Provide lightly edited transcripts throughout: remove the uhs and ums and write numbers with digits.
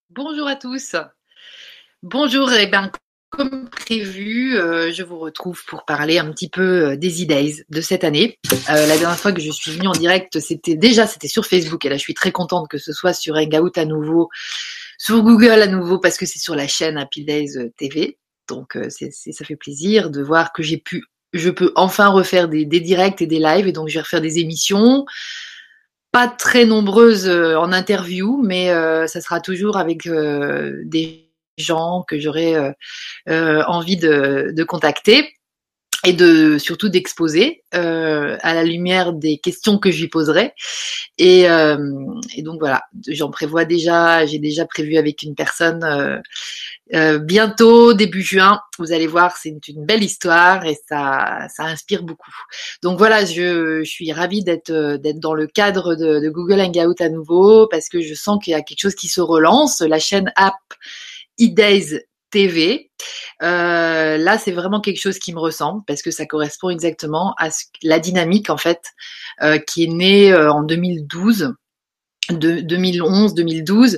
Bonjour à tous. Bonjour, et bien comme prévu, je vous retrouve pour parler un petit peu des E-Days de cette année. La dernière fois que je suis venue en direct, c'était sur Facebook, et là je suis très contente que ce soit sur Hangout à nouveau, sur Google à nouveau, parce que c'est sur la chaîne Happy Days TV. Donc ça fait plaisir de voir que je peux enfin refaire des directs et des lives, et donc je vais refaire des émissions. Pas très nombreuses en interview, mais ça sera toujours avec des gens que j'aurai envie de contacter et surtout d'exposer à la lumière des questions que je lui poserai. Et donc voilà, j'ai déjà prévu avec une personne bientôt, début juin. Vous allez voir, c'est une belle histoire et ça inspire beaucoup. Donc voilà, je suis ravie d'être dans le cadre de Google Hangout à nouveau, parce que je sens qu'il y a quelque chose qui se relance. La chaîne App E-Days TV. Là, c'est vraiment quelque chose qui me ressemble, parce que ça correspond exactement à la dynamique en fait qui est née en 2012. De 2011-2012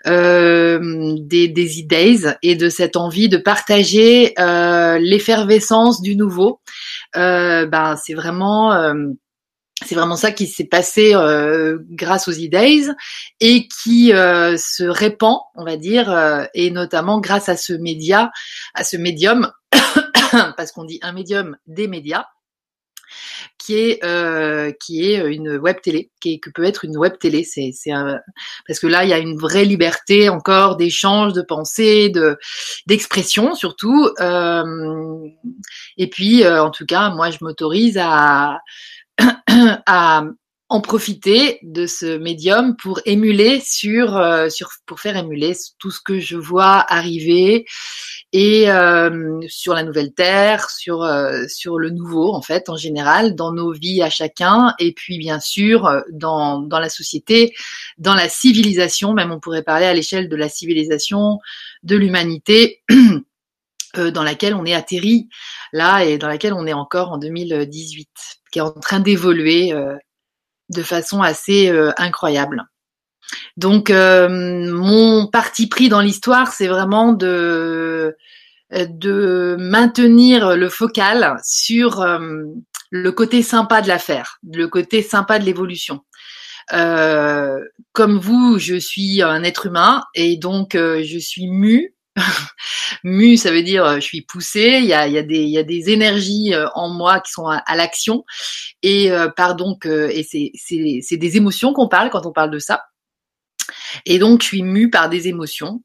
des E-Days, et de cette envie de partager l'effervescence du nouveau. C'est vraiment ça qui s'est passé grâce aux E-Days, et qui se répand, on va dire, et notamment grâce à ce médium, parce qu'on dit un médium des médias, qui est une web télé, que peut être une web télé. Parce que là, il y a une vraie liberté encore d'échange, de pensée, d'expression surtout. Et puis, en tout cas, moi, je m'autorise à en profiter de ce médium pour pour faire émuler tout ce que je vois arriver, et sur la nouvelle terre, sur le nouveau en fait en général, dans nos vies à chacun, et puis bien sûr dans la société, dans la civilisation, même on pourrait parler à l'échelle de la civilisation, de l'humanité, dans laquelle on est atterri là, et dans laquelle on est encore en 2018, qui est en train d'évoluer de façon assez incroyable. Donc mon parti pris dans l'histoire, c'est vraiment de maintenir le focal sur le côté sympa de l'affaire, le côté sympa de l'évolution. Comme vous, je suis un être humain, et donc je suis mue. Mue, ça veut dire je suis poussée. Il y a des énergies en moi qui sont à l'action, et et c'est des émotions qu'on parle quand on parle de ça. Et donc je suis mue par des émotions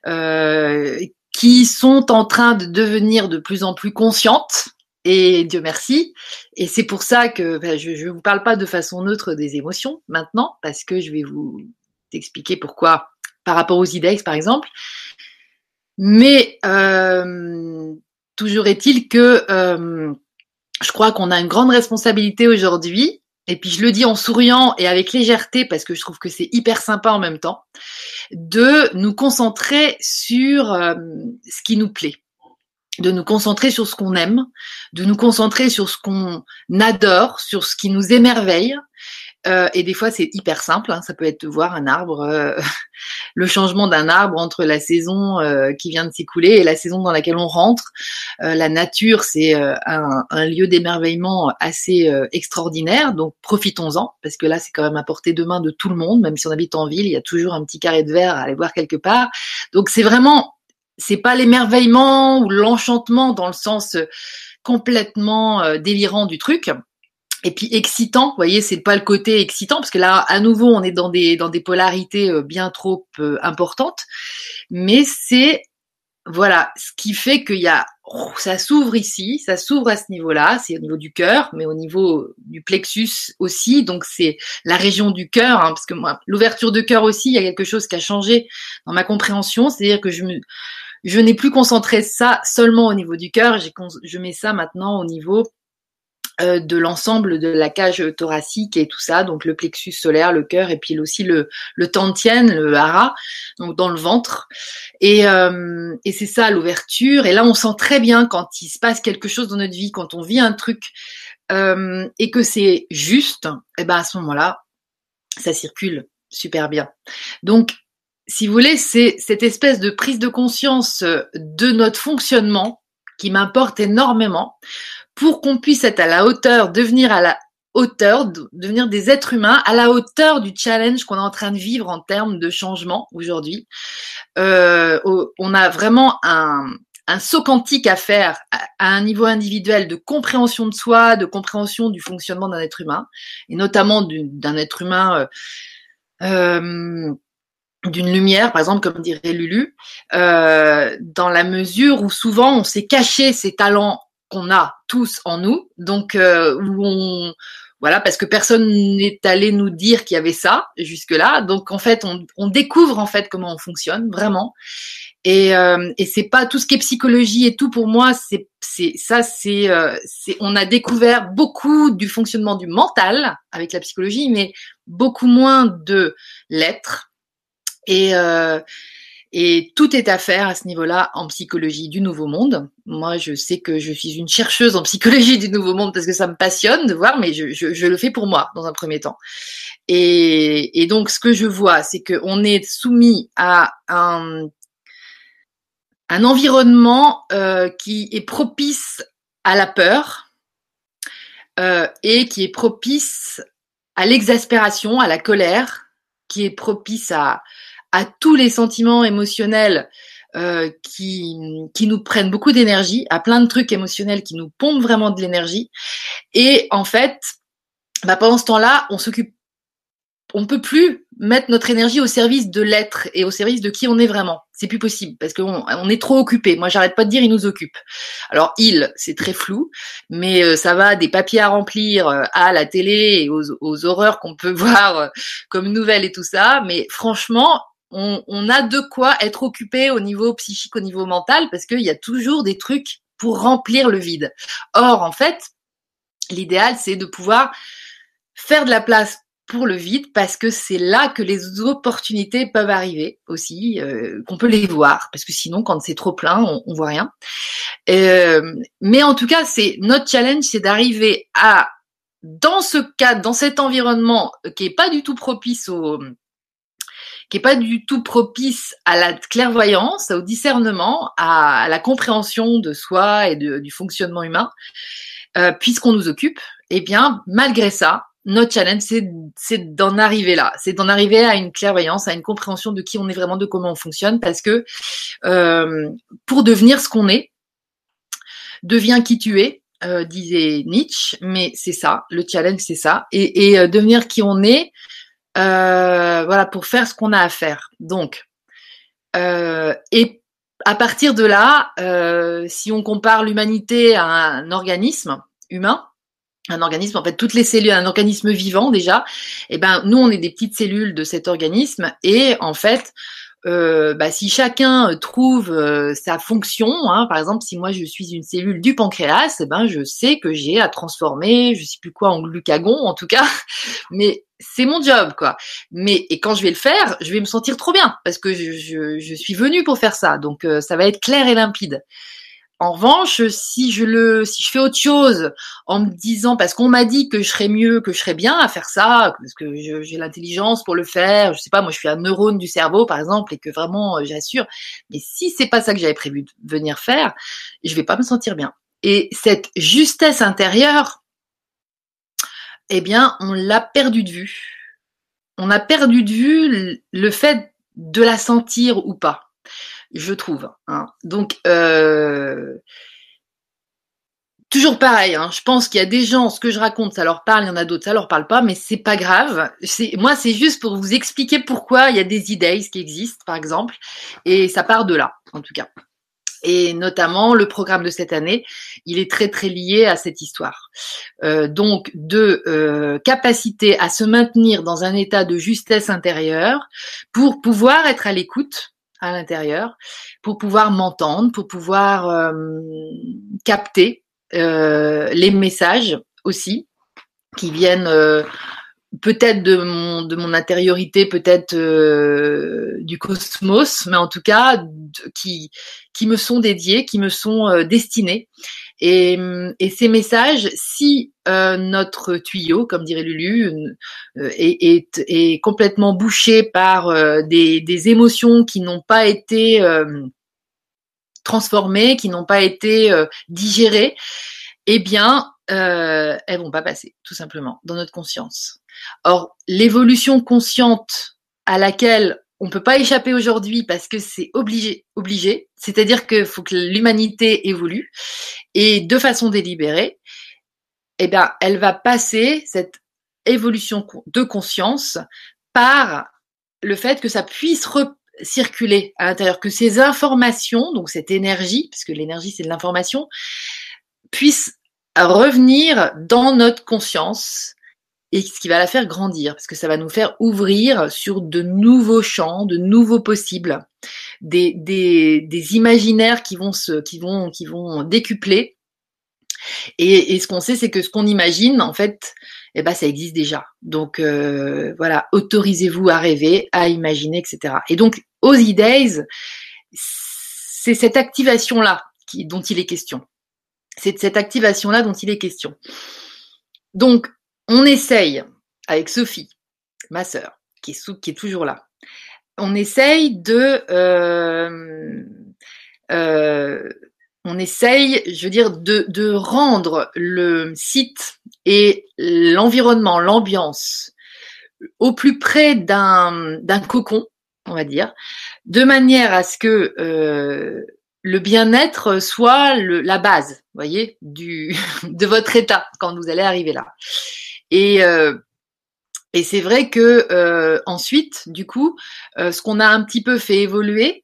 qui sont en train de devenir de plus en plus conscientes, et Dieu merci. Et c'est pour ça que je vous parle pas de façon neutre des émotions maintenant, parce que je vais vous expliquer pourquoi par rapport aux E-Days par exemple. Mais toujours est-il que je crois qu'on a une grande responsabilité aujourd'hui, et puis je le dis en souriant et avec légèreté, parce que je trouve que c'est hyper sympa en même temps, de nous concentrer sur ce qui nous plaît, de nous concentrer sur ce qu'on aime, de nous concentrer sur ce qu'on adore, sur ce qui nous émerveille. Et des fois, c'est hyper simple, hein. Ça peut être de voir un arbre, le changement d'un arbre entre la saison qui vient de s'écouler et la saison dans laquelle on rentre. La nature, c'est un lieu d'émerveillement assez extraordinaire, donc profitons-en, parce que là, c'est quand même à portée de main de tout le monde. Même si on habite en ville, il y a toujours un petit carré de verre à aller voir quelque part. Donc c'est pas l'émerveillement ou l'enchantement dans le sens complètement délirant du truc. Et puis excitant, vous voyez, c'est pas le côté excitant, parce que là, à nouveau, on est dans des polarités bien trop importantes. Mais c'est, voilà, ce qui fait ça s'ouvre ici, ça s'ouvre à ce niveau-là, c'est au niveau du cœur, mais au niveau du plexus aussi. Donc c'est la région du cœur, hein, parce que moi, l'ouverture de cœur aussi, il y a quelque chose qui a changé dans ma compréhension, c'est-à-dire que je n'ai plus concentré ça seulement au niveau du cœur, je mets ça maintenant au niveau de l'ensemble de la cage thoracique et tout ça, donc le plexus solaire, le cœur, et puis aussi le tantien, le hara, donc dans le ventre. Et c'est ça l'ouverture. Et là, on sent très bien quand il se passe quelque chose dans notre vie, quand on vit un truc et que c'est juste, et ben à ce moment-là, ça circule super bien. Donc si vous voulez, c'est cette espèce de prise de conscience de notre fonctionnement qui m'importe énormément pour qu'on puisse être à la hauteur, devenir à la hauteur, devenir des êtres humains à la hauteur du challenge qu'on est en train de vivre en termes de changement aujourd'hui. On a vraiment un saut quantique à faire à un niveau individuel de compréhension de soi, de compréhension du fonctionnement d'un être humain, et notamment d'un être humain d'une lumière, par exemple, comme dirait Lulu, dans la mesure où souvent on s'est caché ces talents qu'on a tous en nous, donc voilà, parce que personne n'est allé nous dire qu'il y avait ça jusque-là, donc en fait on découvre en fait comment on fonctionne vraiment, et c'est pas tout ce qui est psychologie et tout pour moi, on a découvert beaucoup du fonctionnement du mental avec la psychologie, mais beaucoup moins de l'être. Et tout est à faire à ce niveau-là en psychologie du Nouveau Monde. Moi, je sais que je suis une chercheuse en psychologie du Nouveau Monde parce que ça me passionne de voir, mais je le fais pour moi dans un premier temps. Et donc, ce que je vois, c'est qu'on est soumis à un environnement qui est propice à la peur et qui est propice à l'exaspération, à la colère, qui est propice à tous les sentiments émotionnels qui nous prennent beaucoup d'énergie, à plein de trucs émotionnels qui nous pompent vraiment de l'énergie. Et en fait, pendant ce temps-là, on peut plus mettre notre énergie au service de l'être et au service de qui on est vraiment. C'est plus possible parce qu'on est trop occupé. Moi, j'arrête pas de dire, il nous occupe. Alors, c'est très flou, mais ça va des papiers à remplir à la télé et aux horreurs qu'on peut voir comme nouvelles et tout ça. Mais franchement, on a de quoi être occupé au niveau psychique, au niveau mental, parce qu'il y a toujours des trucs pour remplir le vide. Or, en fait, l'idéal, c'est de pouvoir faire de la place pour le vide, parce que c'est là que les opportunités peuvent arriver aussi, qu'on peut les voir, parce que sinon, quand c'est trop plein, on voit rien. Mais en tout cas, c'est notre challenge, c'est d'arriver à, dans ce cadre, dans cet environnement qui est pas du tout propice à la clairvoyance, au discernement, à la compréhension de soi et du fonctionnement humain, puisqu'on nous occupe, eh bien, malgré ça, notre challenge, c'est d'en arriver là, c'est d'en arriver à une clairvoyance, à une compréhension de qui on est vraiment, de comment on fonctionne, parce que pour devenir ce qu'on est, deviens qui tu es, disait Nietzsche, mais c'est ça, le challenge, c'est ça, et devenir qui on est, voilà, pour faire ce qu'on a à faire. Donc, et à partir de là, si on compare l'humanité à un organisme humain, un organisme, en fait, toutes les cellules, un organisme vivant déjà, et ben nous on est des petites cellules de cet organisme, et en fait, si chacun trouve sa fonction, hein, par exemple, si moi je suis une cellule du pancréas, eh ben je sais que j'ai à transformer, je sais plus quoi, en glucagon en tout cas, mais c'est mon job quoi. Et quand je vais le faire, je vais me sentir trop bien parce que je suis venue pour faire ça, donc ça va être clair et limpide. En revanche, si je fais autre chose en me disant, parce qu'on m'a dit que je serais mieux, que je serais bien à faire ça, parce que j'ai l'intelligence pour le faire, je sais pas, moi je suis un neurone du cerveau par exemple, et que vraiment j'assure, mais si c'est pas ça que j'avais prévu de venir faire, je vais pas me sentir bien. Et cette justesse intérieure, eh bien, on l'a perdu de vue. On a perdu de vue le fait de la sentir ou pas. Je trouve. Hein. Donc, toujours pareil. Hein. Je pense qu'il y a des gens, ce que je raconte, ça leur parle, il y en a d'autres, ça leur parle pas, mais c'est pas grave. Moi, c'est juste pour vous expliquer pourquoi il y a des idées qui existent, par exemple, et ça part de là, en tout cas. Et notamment, le programme de cette année, il est très très lié à cette histoire. Donc, de capacité à se maintenir dans un état de justesse intérieure pour pouvoir être à l'écoute à l'intérieur, pour pouvoir m'entendre, pour pouvoir capter les messages aussi qui viennent peut-être de mon intériorité, peut-être du cosmos, mais en tout cas qui me sont dédiés, qui me sont destinés. Et ces messages, si notre tuyau, comme dirait Lulu, est complètement bouché par des émotions qui n'ont pas été transformées, qui n'ont pas été digérées, eh bien, elles vont pas passer, tout simplement, dans notre conscience. Or, l'évolution consciente à laquelle on peut pas échapper aujourd'hui parce que c'est obligé, c'est-à-dire qu'il faut que l'humanité évolue et de façon délibérée, eh bien, elle va passer cette évolution de conscience par le fait que ça puisse circuler à l'intérieur, que ces informations, donc cette énergie, puisque l'énergie c'est de l'information, puissent revenir dans notre conscience et ce qui va la faire grandir, parce que ça va nous faire ouvrir sur de nouveaux champs, de nouveaux possibles, des imaginaires qui vont décupler. Et ce qu'on sait, c'est que ce qu'on imagine, en fait, eh ben, ça existe déjà. Donc voilà, autorisez-vous à rêver, à imaginer, etc. Et donc, aux E-Days, c'est cette activation-là dont il est question. C'est de cette activation-là dont il est question. Donc, on essaye, avec Sophie, ma sœur, qui est toujours là, on essaye de rendre le site et l'environnement, l'ambiance, au plus près d'un cocon, on va dire, de manière à ce que le bien-être soit la base, vous voyez, de votre état quand vous allez arriver là. Et c'est vrai que ensuite, du coup, ce qu'on a un petit peu fait évoluer,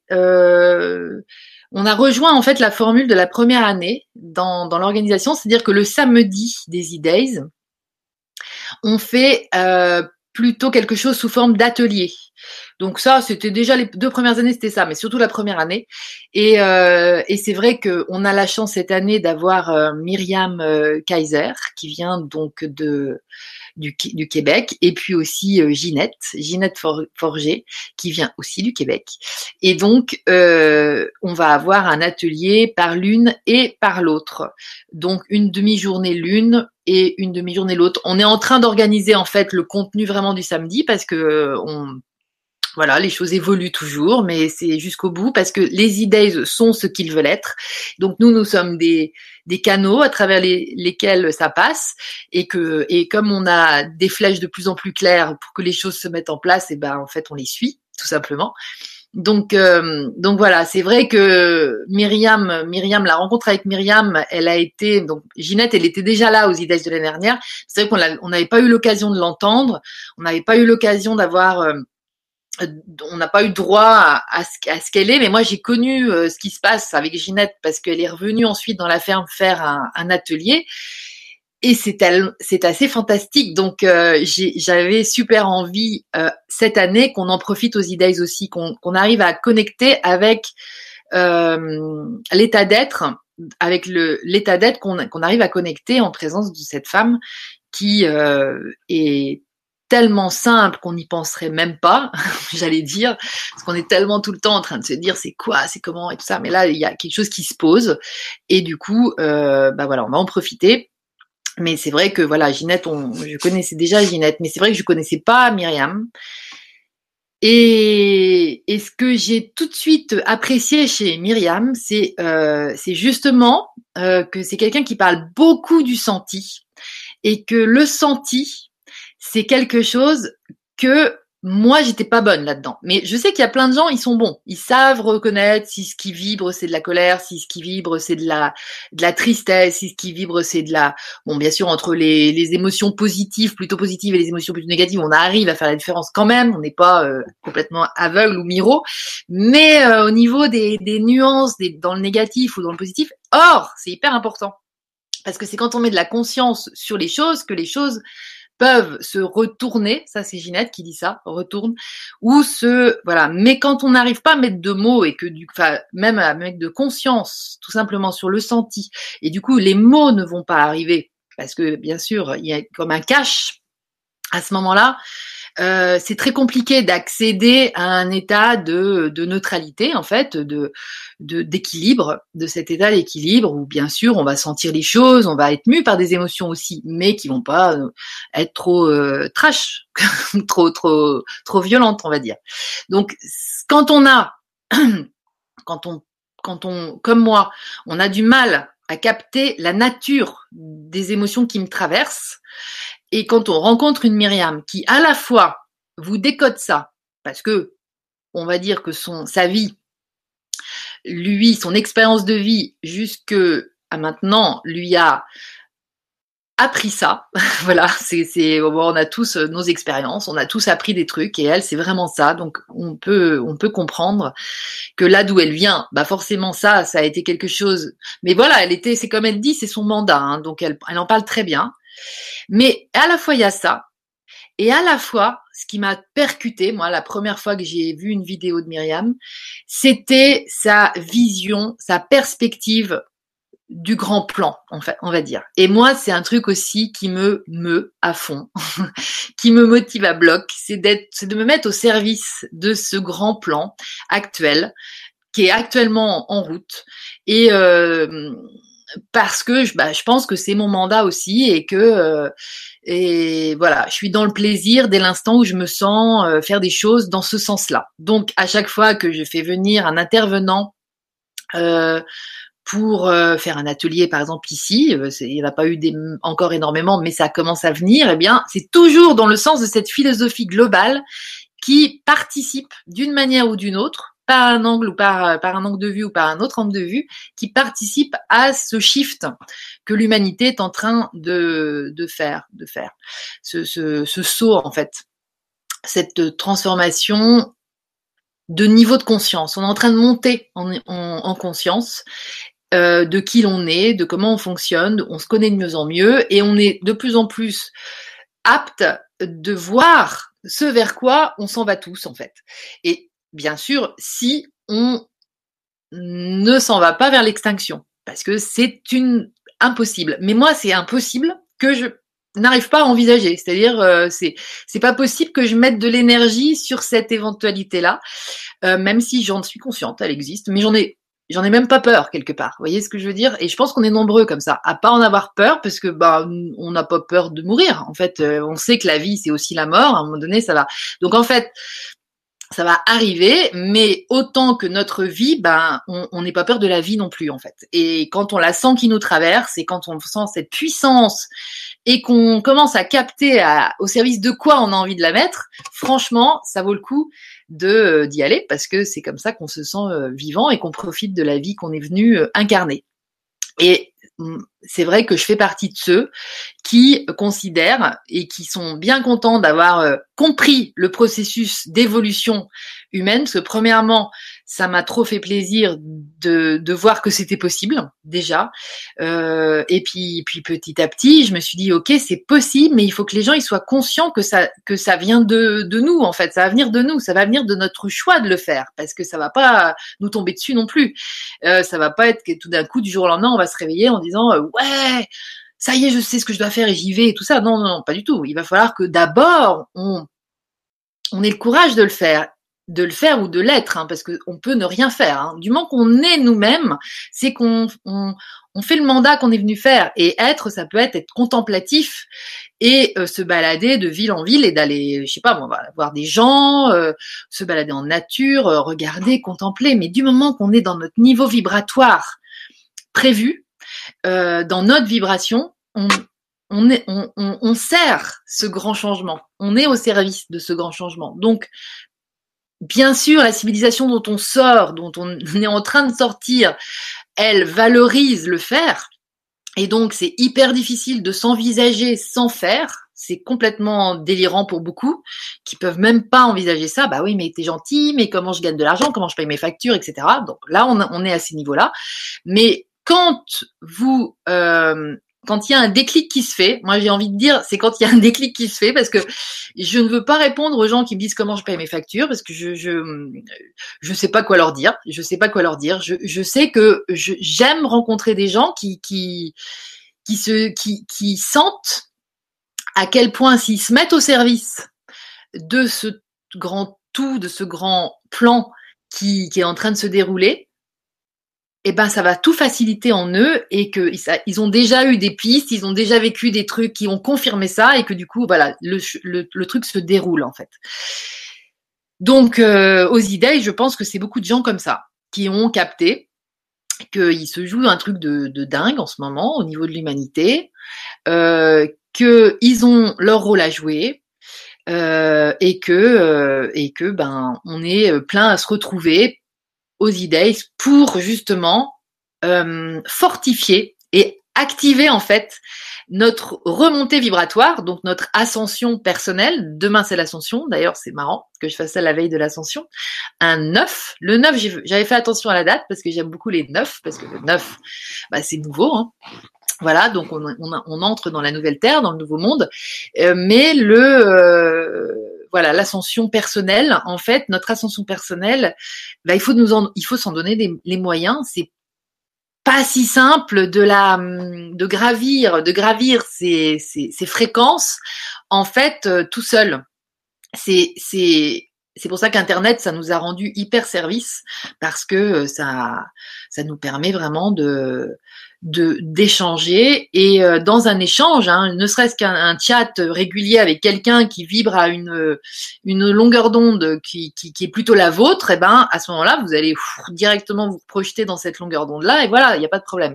on a rejoint en fait la formule de la première année dans l'organisation, c'est-à-dire que le samedi des E-Days, on fait plutôt quelque chose sous forme d'atelier. Donc ça, c'était déjà les 2 premières années, c'était ça, mais surtout la première année. Et c'est vrai qu'on a la chance cette année d'avoir Myriam Kaiser, qui vient donc du Québec, et puis aussi Ginette Forger, qui vient aussi du Québec. Et donc, on va avoir un atelier par l'une et par l'autre. Donc, une demi-journée l'une et une demi-journée l'autre. On est en train d'organiser en fait le contenu vraiment du samedi parce que voilà, les choses évoluent toujours, mais c'est jusqu'au bout parce que les E-Days sont ce qu'ils veulent être. Donc nous sommes des canaux à travers lesquels ça passe et comme on a des flèches de plus en plus claires pour que les choses se mettent en place, et ben en fait on les suit tout simplement. Donc voilà, c'est vrai que Myriam, la rencontre avec Myriam, elle a été, donc Ginette, elle était déjà là aux E-Days de l'année dernière. C'est vrai qu'on n'avait pas eu l'occasion de l'entendre, on n'avait pas eu l'occasion d'avoir on n'a pas eu droit à ce qu'elle est, mais moi j'ai connu ce qui se passe avec Ginette parce qu'elle est revenue ensuite dans la ferme faire un atelier et c'est assez fantastique. Donc j'avais super envie cette année qu'on en profite aux E-Days aussi, qu'on arrive à connecter avec l'état d'être, avec l'état d'être qu'on arrive à connecter en présence de cette femme qui est tellement simple qu'on n'y penserait même pas, j'allais dire, parce qu'on est tellement tout le temps en train de se dire c'est quoi, c'est comment et tout ça, mais là il y a quelque chose qui se pose et du coup bah voilà, on va en profiter. Mais c'est vrai que voilà, Ginette, je connaissais déjà Ginette, mais c'est vrai que je connaissais pas Myriam. Et ce que j'ai tout de suite apprécié chez Myriam, c'est justement que c'est quelqu'un qui parle beaucoup du senti et que le senti c'est quelque chose que moi, j'étais pas bonne là-dedans. Mais je sais qu'il y a plein de gens, ils sont bons. Ils savent reconnaître si ce qui vibre, c'est de la colère, si ce qui vibre, c'est de la tristesse, si ce qui vibre, c'est bon, bien sûr, entre les émotions positives, plutôt positives et les émotions plutôt négatives, on arrive à faire la différence quand même. On n'est pas complètement aveugle ou miro. Mais au niveau des nuances, dans le négatif ou dans le positif, c'est hyper important. Parce que c'est quand on met de la conscience sur les choses que les choses peuvent se retourner, ça c'est Ginette qui dit ça, retourne, ou voilà. Mais quand on n'arrive pas à mettre de mots et que même à mettre de conscience, tout simplement sur le senti, et du coup les mots ne vont pas arriver parce que bien sûr il y a comme un cache à ce moment-là. c'est très compliqué d'accéder à un état de neutralité, en fait, d'équilibre, de cet état d'équilibre où bien sûr on va sentir les choses, on va être mu par des émotions aussi, mais qui vont pas être trop trash, trop violentes, on va dire. Donc quand on a, quand on, comme moi, on a du mal à capter la nature des émotions qui me traversent, et quand on rencontre une Myriam qui, à la fois, vous décode ça, parce que, on va dire que sa vie, lui, son expérience de vie, jusque à maintenant, lui a appris ça. Voilà, on a tous nos expériences, on a tous appris des trucs, et elle, c'est vraiment ça. Donc, on peut comprendre que là d'où elle vient, bah forcément ça a été quelque chose. Mais voilà, c'est comme elle dit, c'est son mandat, hein, donc elle en parle très bien. Mais à la fois il y a ça, et à la fois ce qui m'a percuté, moi la première fois que j'ai vu une vidéo de Myriam, c'était sa vision, sa perspective du grand plan, en fait, on va dire. Et moi, c'est un truc aussi qui me meut à fond, qui me motive à bloc, c'est de me mettre au service de ce grand plan actuel, qui est actuellement en route. Et parce que je pense que c'est mon mandat aussi, et voilà, je suis dans le plaisir dès l'instant où je me sens faire des choses dans ce sens-là. Donc à chaque fois que je fais venir un intervenant pour faire un atelier, par exemple ici, il n'y en a pas eu encore énormément, mais ça commence à venir, eh bien c'est toujours dans le sens de cette philosophie globale qui participe d'une manière ou d'une autre, par un angle ou par un angle de vue ou par un autre angle de vue, qui participe à ce shift que l'humanité est en train de faire, ce saut en fait, cette transformation de niveau de conscience. On est en train de monter en conscience de qui l'on est, de comment on fonctionne, on se connaît de mieux en mieux, et on est de plus en plus apte de voir ce vers quoi on s'en va tous en fait. Et bien sûr, si on ne s'en va pas vers l'extinction, parce que c'est impossible. Mais moi, c'est impossible que je n'arrive pas à envisager. C'est-à-dire, c'est pas possible que je mette de l'énergie sur cette éventualité-là, même si j'en suis consciente, elle existe, mais j'en ai même pas peur quelque part. Vous voyez ce que je veux dire? Et je pense qu'on est nombreux comme ça, à pas en avoir peur, parce que on n'a pas peur de mourir. En fait, on sait que la vie c'est aussi la mort. À un moment donné, ça va. Donc en fait, ça va arriver, mais autant que notre vie, on n'est pas peur de la vie non plus en fait. Et quand on la sent qui nous traverse, et quand on sent cette puissance, et qu'on commence à capter au service de quoi on a envie de la mettre, franchement, ça vaut le coup d'y aller, parce que c'est comme ça qu'on se sent vivant et qu'on profite de la vie qu'on est venu incarner. Et c'est vrai que je fais partie de ceux qui considèrent et qui sont bien contents d'avoir compris le processus d'évolution humaine, parce que premièrement, ça m'a trop fait plaisir de voir que c'était possible déjà, et puis petit à petit, je me suis dit ok, c'est possible, mais il faut que les gens ils soient conscients que ça vient de nous en fait, ça va venir de nous, ça va venir de notre choix de le faire, parce que ça va pas nous tomber dessus non plus, ça va pas être que tout d'un coup du jour au lendemain on va se réveiller en disant ouais, ça y est, je sais ce que je dois faire et j'y vais et tout ça. Non, pas du tout. Il va falloir que d'abord on ait le courage de le faire ou de l'être, hein, parce qu'on peut ne rien faire. Hein. Du moment qu'on est nous-mêmes, c'est qu'on fait le mandat qu'on est venu faire. Et être, ça peut être contemplatif et se balader de ville en ville et d'aller, je sais pas, on va voir des gens, se balader en nature, regarder, contempler. Mais du moment qu'on est dans notre niveau vibratoire prévu, dans notre vibration, on sert ce grand changement. On est au service de ce grand changement. Donc, bien sûr, la civilisation dont on sort, dont on est en train de sortir, elle valorise le faire. Et donc, c'est hyper difficile de s'envisager sans faire. C'est complètement délirant pour beaucoup, qui peuvent même pas envisager ça. Bah oui, mais t'es gentil, mais comment je gagne de l'argent, comment je paye mes factures, etc. Donc là, on est à ces niveaux-là. Mais quand il y a un déclic qui se fait, moi j'ai envie de dire, c'est quand il y a un déclic qui se fait, parce que je ne veux pas répondre aux gens qui me disent comment je paye mes factures, parce que je sais pas quoi leur dire. Je sais que j'aime rencontrer des gens qui sentent à quel point s'ils se mettent au service de ce grand tout, de ce grand plan qui est en train de se dérouler, eh ben ça va tout faciliter en eux et que ils ont déjà eu des pistes, ils ont déjà vécu des trucs qui ont confirmé ça et que du coup voilà le truc se déroule en fait. Donc aux idées, je pense que c'est beaucoup de gens comme ça qui ont capté qu'il se joue un truc de dingue en ce moment au niveau de l'humanité, qu'ils ont leur rôle à jouer. Et que ben on est plein à se retrouver aux E-Days pour justement fortifier et activer en fait notre remontée vibratoire, donc notre ascension personnelle. Demain c'est l'ascension, d'ailleurs c'est marrant que je fasse ça la veille de l'ascension. Un 9, le 9 j'avais fait attention à la date parce que j'aime beaucoup les 9, parce que le 9 bah, c'est nouveau, hein. Voilà, donc on entre dans la nouvelle terre, dans le nouveau monde, mais voilà, l'ascension personnelle, en fait, notre ascension personnelle, bah, il faut s'en donner les moyens. C'est pas si simple de gravir ces fréquences, en fait, tout seul. C'est pour ça qu'Internet, ça nous a rendu hyper service, parce que ça nous permet vraiment d'échanger et dans un échange, hein, ne serait-ce qu'un chat régulier avec quelqu'un qui vibre à une longueur d'onde qui est plutôt la vôtre, et ben à ce moment-là, vous allez directement vous projeter dans cette longueur d'onde-là et voilà, il n'y a pas de problème.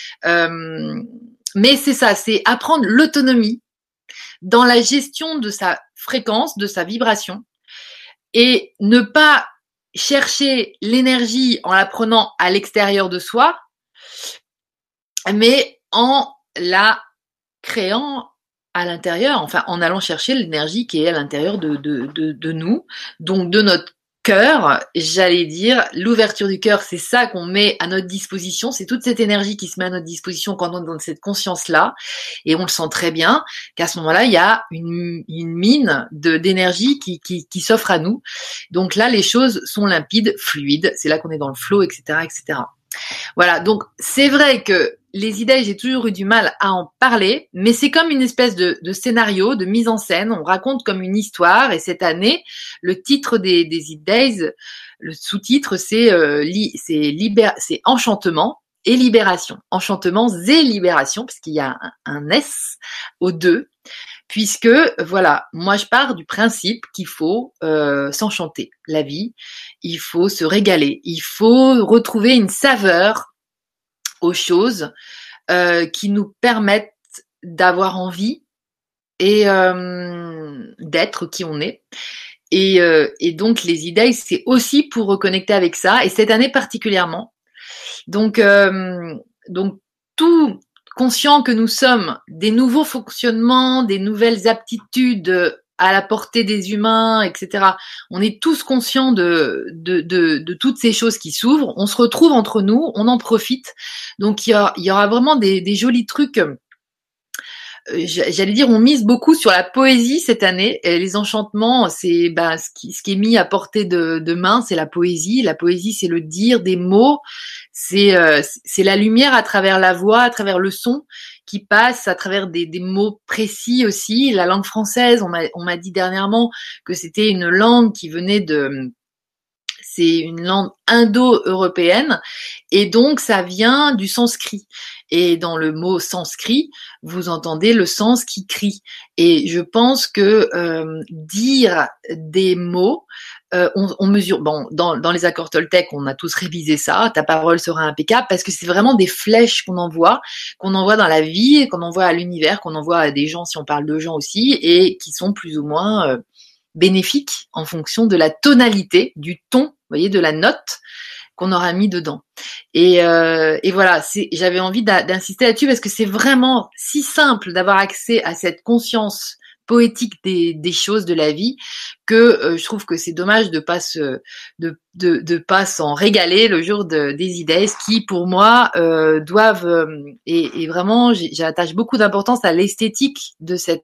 Mais c'est ça, c'est apprendre l'autonomie dans la gestion de sa fréquence, de sa vibration, et ne pas chercher l'énergie en la prenant à l'extérieur de soi, mais en la créant à l'intérieur, enfin en allant chercher l'énergie qui est à l'intérieur de nous, donc de notre cœur, j'allais dire, l'ouverture du cœur, c'est ça qu'on met à notre disposition, c'est toute cette énergie qui se met à notre disposition quand on est dans cette conscience-là, et on le sent très bien, qu'à ce moment-là, il y a une mine d'énergie qui s'offre à nous. Donc là, les choses sont limpides, fluides, c'est là qu'on est dans le flow, etc., etc. Voilà, donc c'est vrai que les idées, j'ai toujours eu du mal à en parler, mais c'est comme une espèce de scénario, de mise en scène. On raconte comme une histoire, et cette année, le titre des E-Days, le sous-titre, c'est Enchantement et Libération. Enchantement et Libération, parce qu'il y a un S aux deux. Puisque, voilà, moi je pars du principe qu'il faut s'enchanter la vie, il faut se régaler, il faut retrouver une saveur aux choses qui nous permettent d'avoir envie et d'être qui on est. Et donc les idées, c'est aussi pour reconnecter avec ça, et cette année particulièrement. Donc tout conscient que nous sommes des nouveaux fonctionnements, des nouvelles aptitudes à la portée des humains, etc. On est tous conscients de toutes ces choses qui s'ouvrent. On se retrouve entre nous, on en profite. Donc il y aura vraiment des jolis trucs. J'allais dire, on mise beaucoup sur la poésie cette année. Et les enchantements, c'est ce qui est mis à portée de main, c'est la poésie. La poésie, c'est le dire des mots, c'est la lumière à travers la voix, à travers le son qui passe, à travers des mots précis aussi. La langue française, on m'a dit dernièrement que c'était une langue qui venait c'est une langue indo-européenne, et donc ça vient du sanskrit. Et dans le mot sanskrit, vous entendez le sens qui crie. Et je pense que dire des mots, on mesure. Bon, dans les accords Toltec, on a tous révisé ça. Ta parole sera impeccable, parce que c'est vraiment des flèches qu'on envoie dans la vie, qu'on envoie à l'univers, qu'on envoie à des gens si on parle de gens aussi, et qui sont plus ou moins bénéfiques en fonction de la tonalité, du ton, vous voyez, de la note qu'on aura mis dedans. Et voilà, j'avais envie d'insister là-dessus, parce que c'est vraiment si simple d'avoir accès à cette conscience poétique des choses de la vie, que je trouve que c'est dommage de pas s'en régaler le jour des idées qui, pour moi, doivent et vraiment j'attache beaucoup d'importance à l'esthétique de cette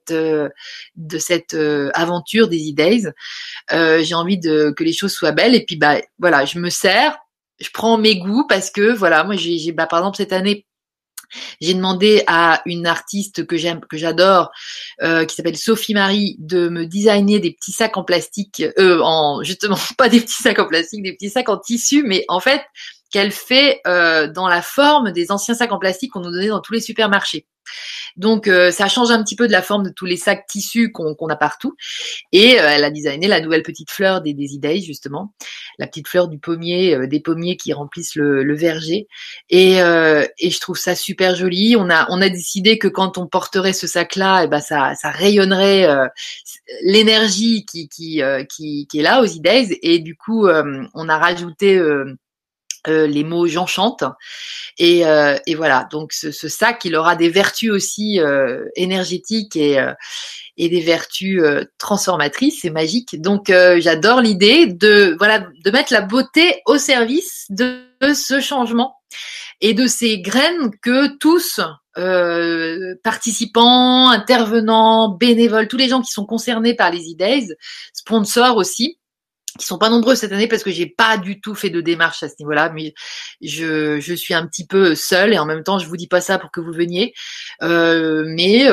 aventure des E-Days. J'ai envie que les choses soient belles, et puis voilà, je me sers, je prends mes goûts, parce que voilà, moi j'ai par exemple cette année J'ai demandé à une artiste que j'aime, que j'adore, qui s'appelle Sophie Marie, de me designer des petits sacs en plastique, justement pas des petits sacs en plastique, des petits sacs en tissu, mais en fait qu'elle fait dans la forme des anciens sacs en plastique qu'on nous donnait dans tous les supermarchés. Donc ça change un petit peu de la forme de tous les sacs tissus qu'on a partout. Et elle a designé la nouvelle petite fleur des Daisy Days, justement, la petite fleur du pommier, des pommiers qui remplissent le verger. Et je trouve ça super joli. On a décidé que quand on porterait ce sac-là, eh ben ça rayonnerait l'énergie qui est là aux Days. Et du coup, on a rajouté les mots j'enchante et voilà, donc ce sac il aura des vertus aussi énergétiques et des vertus transformatrices, c'est magique. Donc j'adore l'idée de mettre la beauté au service de ce changement et de ces graines que tous participants, intervenants, bénévoles, tous les gens qui sont concernés par les E-Days, sponsors aussi, qui sont pas nombreux cette année parce que j'ai pas du tout fait de démarche à ce niveau-là, mais je suis un petit peu seule et en même temps je vous dis pas ça pour que vous veniez, mais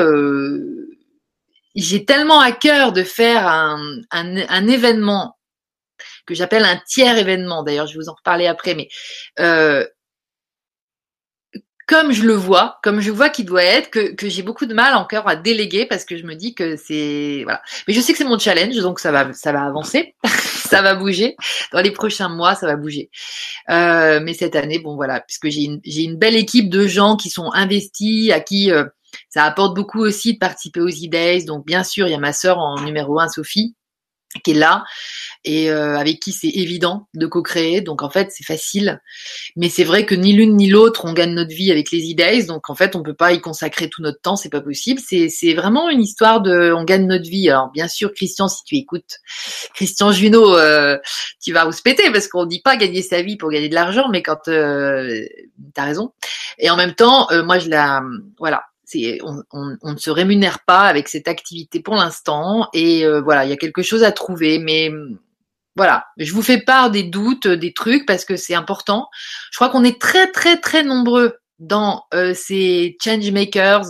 j'ai tellement à cœur de faire un événement que j'appelle un tiers événement. D'ailleurs, je vais vous en reparler après, mais comme je vois qu'il doit être, que j'ai beaucoup de mal encore à déléguer parce que je me dis que c'est voilà. Mais je sais que c'est mon challenge, donc ça va avancer, ça va bouger. Dans les prochains mois, ça va bouger. Mais cette année, bon voilà, puisque j'ai une belle équipe de gens qui sont investis, à qui ça apporte beaucoup aussi de participer aux E-Days. Donc bien sûr, il y a ma sœur en numéro 1, Sophie, qui est là et avec qui c'est évident de co-créer. Donc en fait, c'est facile. Mais c'est vrai que ni l'une ni l'autre, on gagne notre vie avec les E-Days. Donc en fait, on peut pas y consacrer tout notre temps, c'est pas possible. C'est vraiment une histoire de on gagne notre vie. Alors bien sûr, Christian, si tu écoutes, Christian Junot, tu vas se péter parce qu'on dit pas gagner sa vie pour gagner de l'argent, mais quand t'as raison. Et en même temps, moi voilà. On ne se rémunère pas avec cette activité pour l'instant et voilà, il y a quelque chose à trouver, mais voilà, je vous fais part des doutes, des trucs parce que c'est important. Je crois qu'on est très très très nombreux dans ces change makers,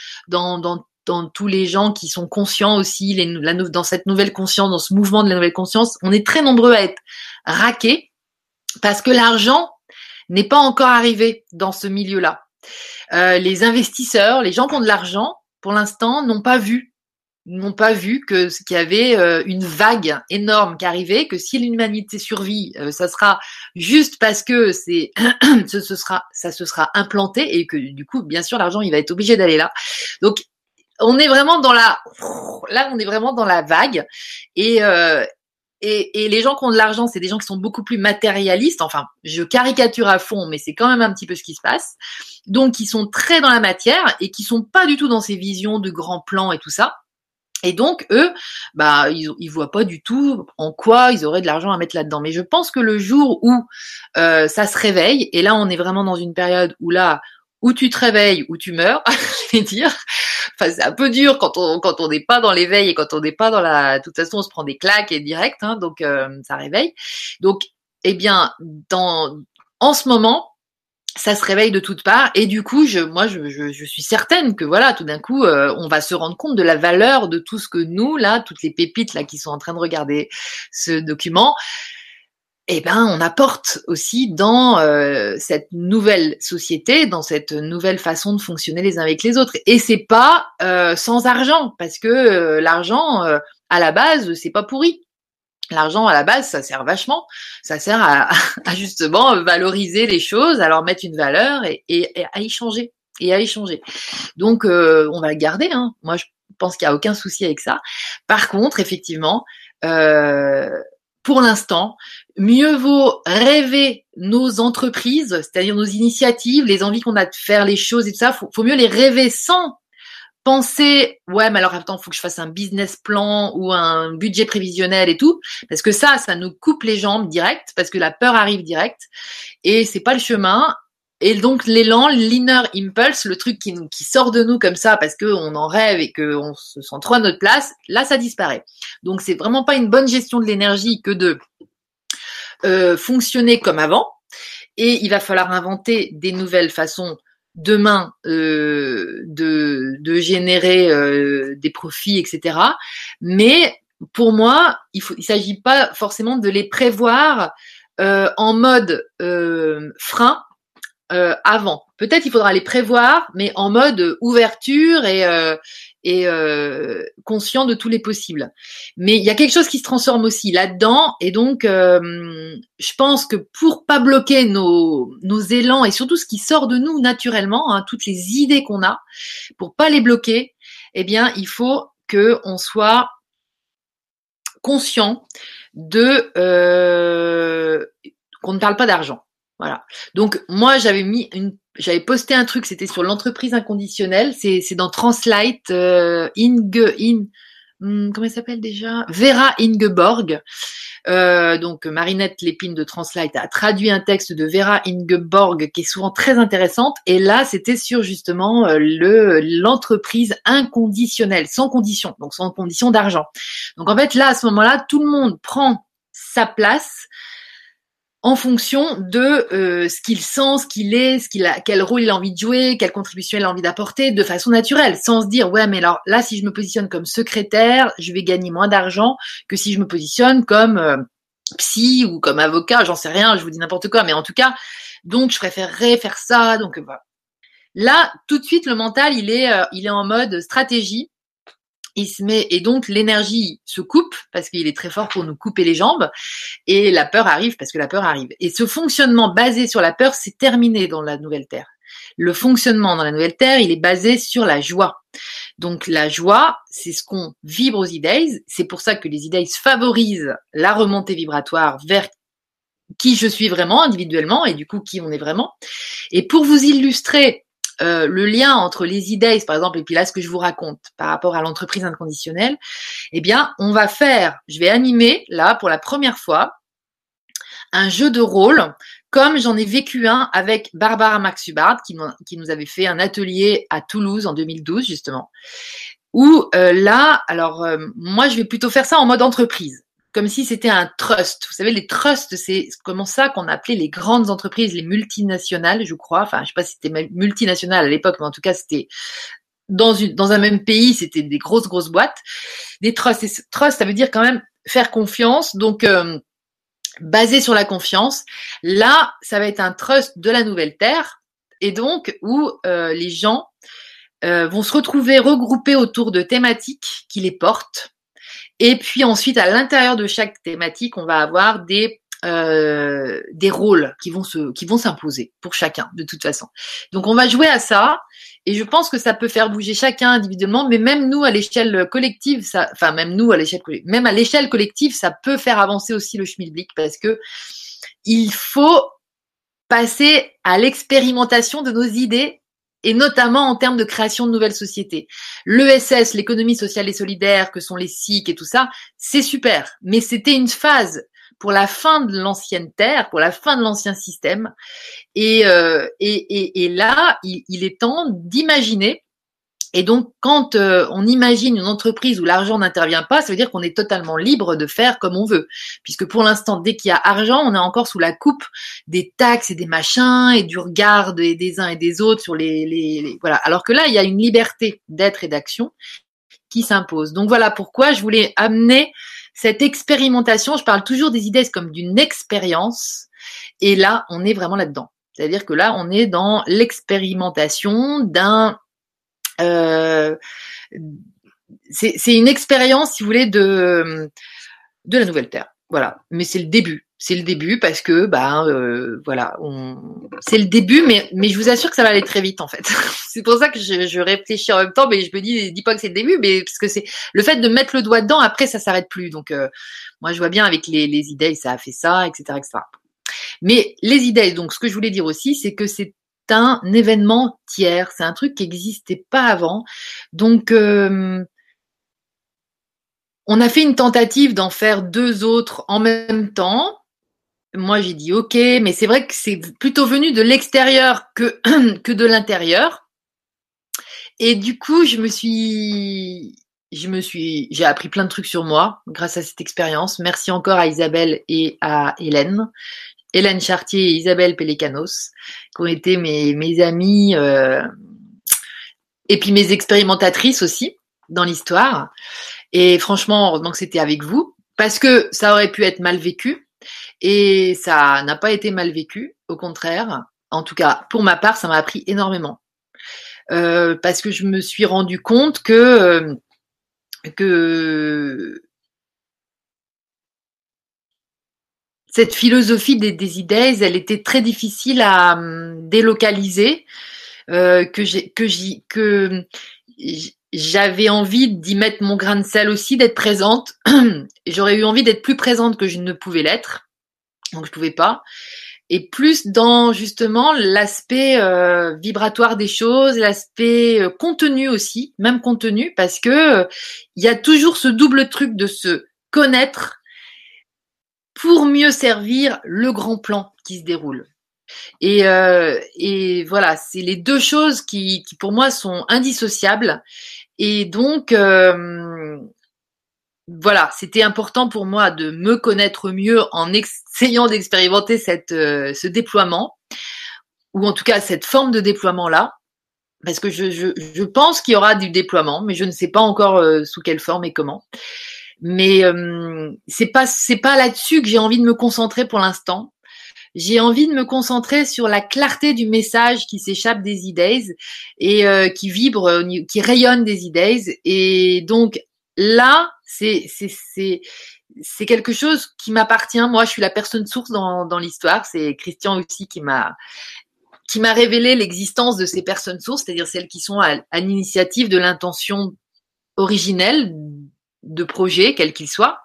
dans tous les gens qui sont conscients aussi, dans cette nouvelle conscience, dans ce mouvement de la nouvelle conscience, on est très nombreux à être raqués parce que l'argent n'est pas encore arrivé dans ce milieu-là. Les investisseurs, les gens qui ont de l'argent, pour l'instant, n'ont pas vu qu'il y avait une vague énorme qui arrivait, que si l'humanité survit, ça sera juste parce que ça se sera implanté et que du coup, bien sûr, l'argent, il va être obligé d'aller là. Donc, on est vraiment on est vraiment dans la vague et les gens qui ont de l'argent, c'est des gens qui sont beaucoup plus matérialistes. Enfin, je caricature à fond, mais c'est quand même un petit peu ce qui se passe. Donc, ils sont très dans la matière et qui sont pas du tout dans ces visions de grands plans et tout ça. Et donc, eux, ils voient pas du tout en quoi ils auraient de l'argent à mettre là-dedans. Mais je pense que le jour où ça se réveille, et là, on est vraiment dans une période où tu te réveilles, où tu meurs, je vais dire. Enfin, c'est un peu dur quand on n'est pas dans l'éveil et quand on n'est pas dans de toute façon, on se prend des claques et direct, hein, donc ça réveille. Donc, eh bien, en ce moment, ça se réveille de toutes parts et du coup, je suis certaine que voilà, tout d'un coup, on va se rendre compte de la valeur de tout ce que nous, là, toutes les pépites là qui sont en train de regarder ce document, eh ben, on apporte aussi dans cette nouvelle société, dans cette nouvelle façon de fonctionner les uns avec les autres. Et c'est pas sans argent, parce que l'argent, à la base, c'est pas pourri. L'argent, à la base, ça sert vachement. Ça sert à justement valoriser les choses, à leur mettre une valeur et à y changer. Et à y changer. Donc, on va le garder. Hein. Moi, je pense qu'il n'y a aucun souci avec ça. Par contre, effectivement, pour l'instant, mieux vaut rêver nos entreprises, c'est-à-dire nos initiatives, les envies qu'on a de faire les choses et tout ça. Faut mieux les rêver sans penser, ouais, mais alors attends, faut que je fasse un business plan ou un budget prévisionnel et tout, parce que ça nous coupe les jambes direct, parce que la peur arrive direct et c'est pas le chemin. Et donc l'élan, l'inner impulse, le truc qui sort de nous comme ça parce qu'on en rêve et qu'on se sent trop à notre place, là ça disparaît. Donc c'est vraiment pas une bonne gestion de l'énergie que de fonctionner comme avant. Et il va falloir inventer des nouvelles façons demain de générer des profits, etc. Mais pour moi, il s'agit pas forcément de les prévoir en mode frein avant. Peut-être il faudra les prévoir, mais en mode ouverture et conscient de tous les possibles. Mais il y a quelque chose qui se transforme aussi là-dedans, et donc je pense que pour pas bloquer nos élans et surtout ce qui sort de nous naturellement, hein, toutes les idées qu'on a, pour pas les bloquer, eh bien il faut que on soit conscient de qu'on ne parle pas d'argent. Voilà. Donc moi j'avais posté un truc, c'était sur l'entreprise inconditionnelle, c'est dans Translite, comment elle s'appelle déjà, Vera Ingeborg. Donc Marinette Lépine de Translite a traduit un texte de Vera Ingeborg qui est souvent très intéressante, et là c'était sur justement l'entreprise inconditionnelle, sans condition, donc sans condition d'argent. Donc en fait là à ce moment-là tout le monde prend sa place en fonction de ce qu'il sent, ce qu'il est, quel rôle il a envie de jouer, quelle contribution il a envie d'apporter, de façon naturelle, sans se dire ouais mais alors là si je me positionne comme secrétaire, je vais gagner moins d'argent que si je me positionne comme psy ou comme avocat, j'en sais rien, je vous dis n'importe quoi, mais en tout cas, donc je préférerais faire ça, donc voilà. Là tout de suite le mental il est en mode stratégie. Il se met, et donc l'énergie se coupe parce qu'il est très fort pour nous couper les jambes, et la peur arrive parce que la peur arrive. Et ce fonctionnement basé sur la peur, c'est terminé dans la nouvelle Terre. Le fonctionnement dans la nouvelle Terre, il est basé sur la joie. Donc la joie, c'est ce qu'on vibre aux E-Days. C'est pour ça que les E-Days favorisent la remontée vibratoire vers qui je suis vraiment individuellement et du coup qui on est vraiment. Et pour vous illustrer le lien entre les E-Days, par exemple, et puis là, ce que je vous raconte par rapport à l'entreprise inconditionnelle, eh bien, je vais animer, là, pour la première fois, un jeu de rôle, comme j'en ai vécu un avec Barbara Max-Hubbard, qui nous avait fait un atelier à Toulouse en 2012, justement, où moi, je vais plutôt faire ça en mode entreprise, comme si c'était un trust. Vous savez, les trusts, c'est comment ça qu'on appelait les grandes entreprises, les multinationales, je crois. Enfin, je sais pas si c'était multinationale à l'époque, mais en tout cas, c'était dans un même pays, c'était des grosses boîtes. Des trusts, et trust, ça veut dire quand même faire confiance. Donc, basé sur la confiance. Là, ça va être un trust de la nouvelle Terre, et donc où les gens vont se retrouver regroupés autour de thématiques qui les portent. Et puis ensuite, à l'intérieur de chaque thématique, on va avoir des rôles qui vont s'imposer pour chacun, de toute façon. Donc, on va jouer à ça, et je pense que ça peut faire bouger chacun individuellement, mais même nous, à l'échelle collective, même à l'échelle collective, ça peut faire avancer aussi le schmilblick, parce que il faut passer à l'expérimentation de nos idées, et notamment en termes de création de nouvelles sociétés. L'ESS, l'économie sociale et solidaire, que sont les SIC et tout ça, c'est super. Mais c'était une phase pour la fin de l'ancienne Terre, pour la fin de l'ancien système. Et là, il est temps d'imaginer. Et donc, quand on imagine une entreprise où l'argent n'intervient pas, ça veut dire qu'on est totalement libre de faire comme on veut. Puisque pour l'instant, dès qu'il y a argent, on est encore sous la coupe des taxes et des machins et du regard des uns et des autres sur voilà. Alors que là, il y a une liberté d'être et d'action qui s'impose. Donc voilà pourquoi je voulais amener cette expérimentation. Je parle toujours des idées comme d'une expérience. Et là, on est vraiment là-dedans. C'est-à-dire que là, on est dans l'expérimentation c'est une expérience, si vous voulez, de la nouvelle Terre. Voilà. Mais c'est le début. C'est le début parce que, voilà, c'est le début, mais je vous assure que ça va aller très vite, en fait. C'est pour ça que je réfléchis en même temps, mais je me dis pas que c'est le début, mais parce que c'est le fait de mettre le doigt dedans, après, ça s'arrête plus. Donc, moi, je vois bien avec les idées, ça a fait ça, etc., etc. Mais les idées, donc, ce que je voulais dire aussi, c'est que c'est un événement tiers, c'est un truc qui n'existait pas avant. Donc, on a fait une tentative d'en faire 2 autres en même temps. Moi, j'ai dit OK, mais c'est vrai que c'est plutôt venu de l'extérieur que de l'intérieur. Et du coup, j'ai appris plein de trucs sur moi grâce à cette expérience. Merci encore à Isabelle et à Hélène. Hélène Chartier et Isabelle Pélécanos, qui ont été mes amies et puis mes expérimentatrices aussi dans l'histoire. Et franchement, heureusement que c'était avec vous, parce que ça aurait pu être mal vécu, et ça n'a pas été mal vécu, au contraire. En tout cas, pour ma part, ça m'a appris énormément. Parce que je me suis rendu compte que cette philosophie des idées, elle était très difficile à délocaliser, que j'avais envie d'y mettre mon grain de sel aussi, d'être présente. J'aurais eu envie d'être plus présente que je ne pouvais l'être, donc je pouvais pas. Et plus dans justement l'aspect vibratoire des choses, l'aspect contenu aussi, même contenu, parce que il y a toujours ce double truc de se connaître pour mieux servir le grand plan qui se déroule. Et voilà, c'est les deux choses qui pour moi sont indissociables. Et donc voilà, c'était important pour moi de me connaître mieux en essayant d'expérimenter ce déploiement, ou en tout cas cette forme de déploiement-là, parce que je pense qu'il y aura du déploiement, mais je ne sais pas encore sous quelle forme et comment. Mais c'est pas là-dessus que j'ai envie de me concentrer pour l'instant. J'ai envie de me concentrer sur la clarté du message qui s'échappe des idées et qui vibre, qui rayonne des idées. Et donc là, c'est quelque chose qui m'appartient. Moi, je suis la personne source dans l'histoire. C'est Christian aussi qui m'a révélé l'existence de ces personnes sources, c'est-à-dire celles qui sont à l'initiative de l'intention originelle de projet, quel qu'il soit.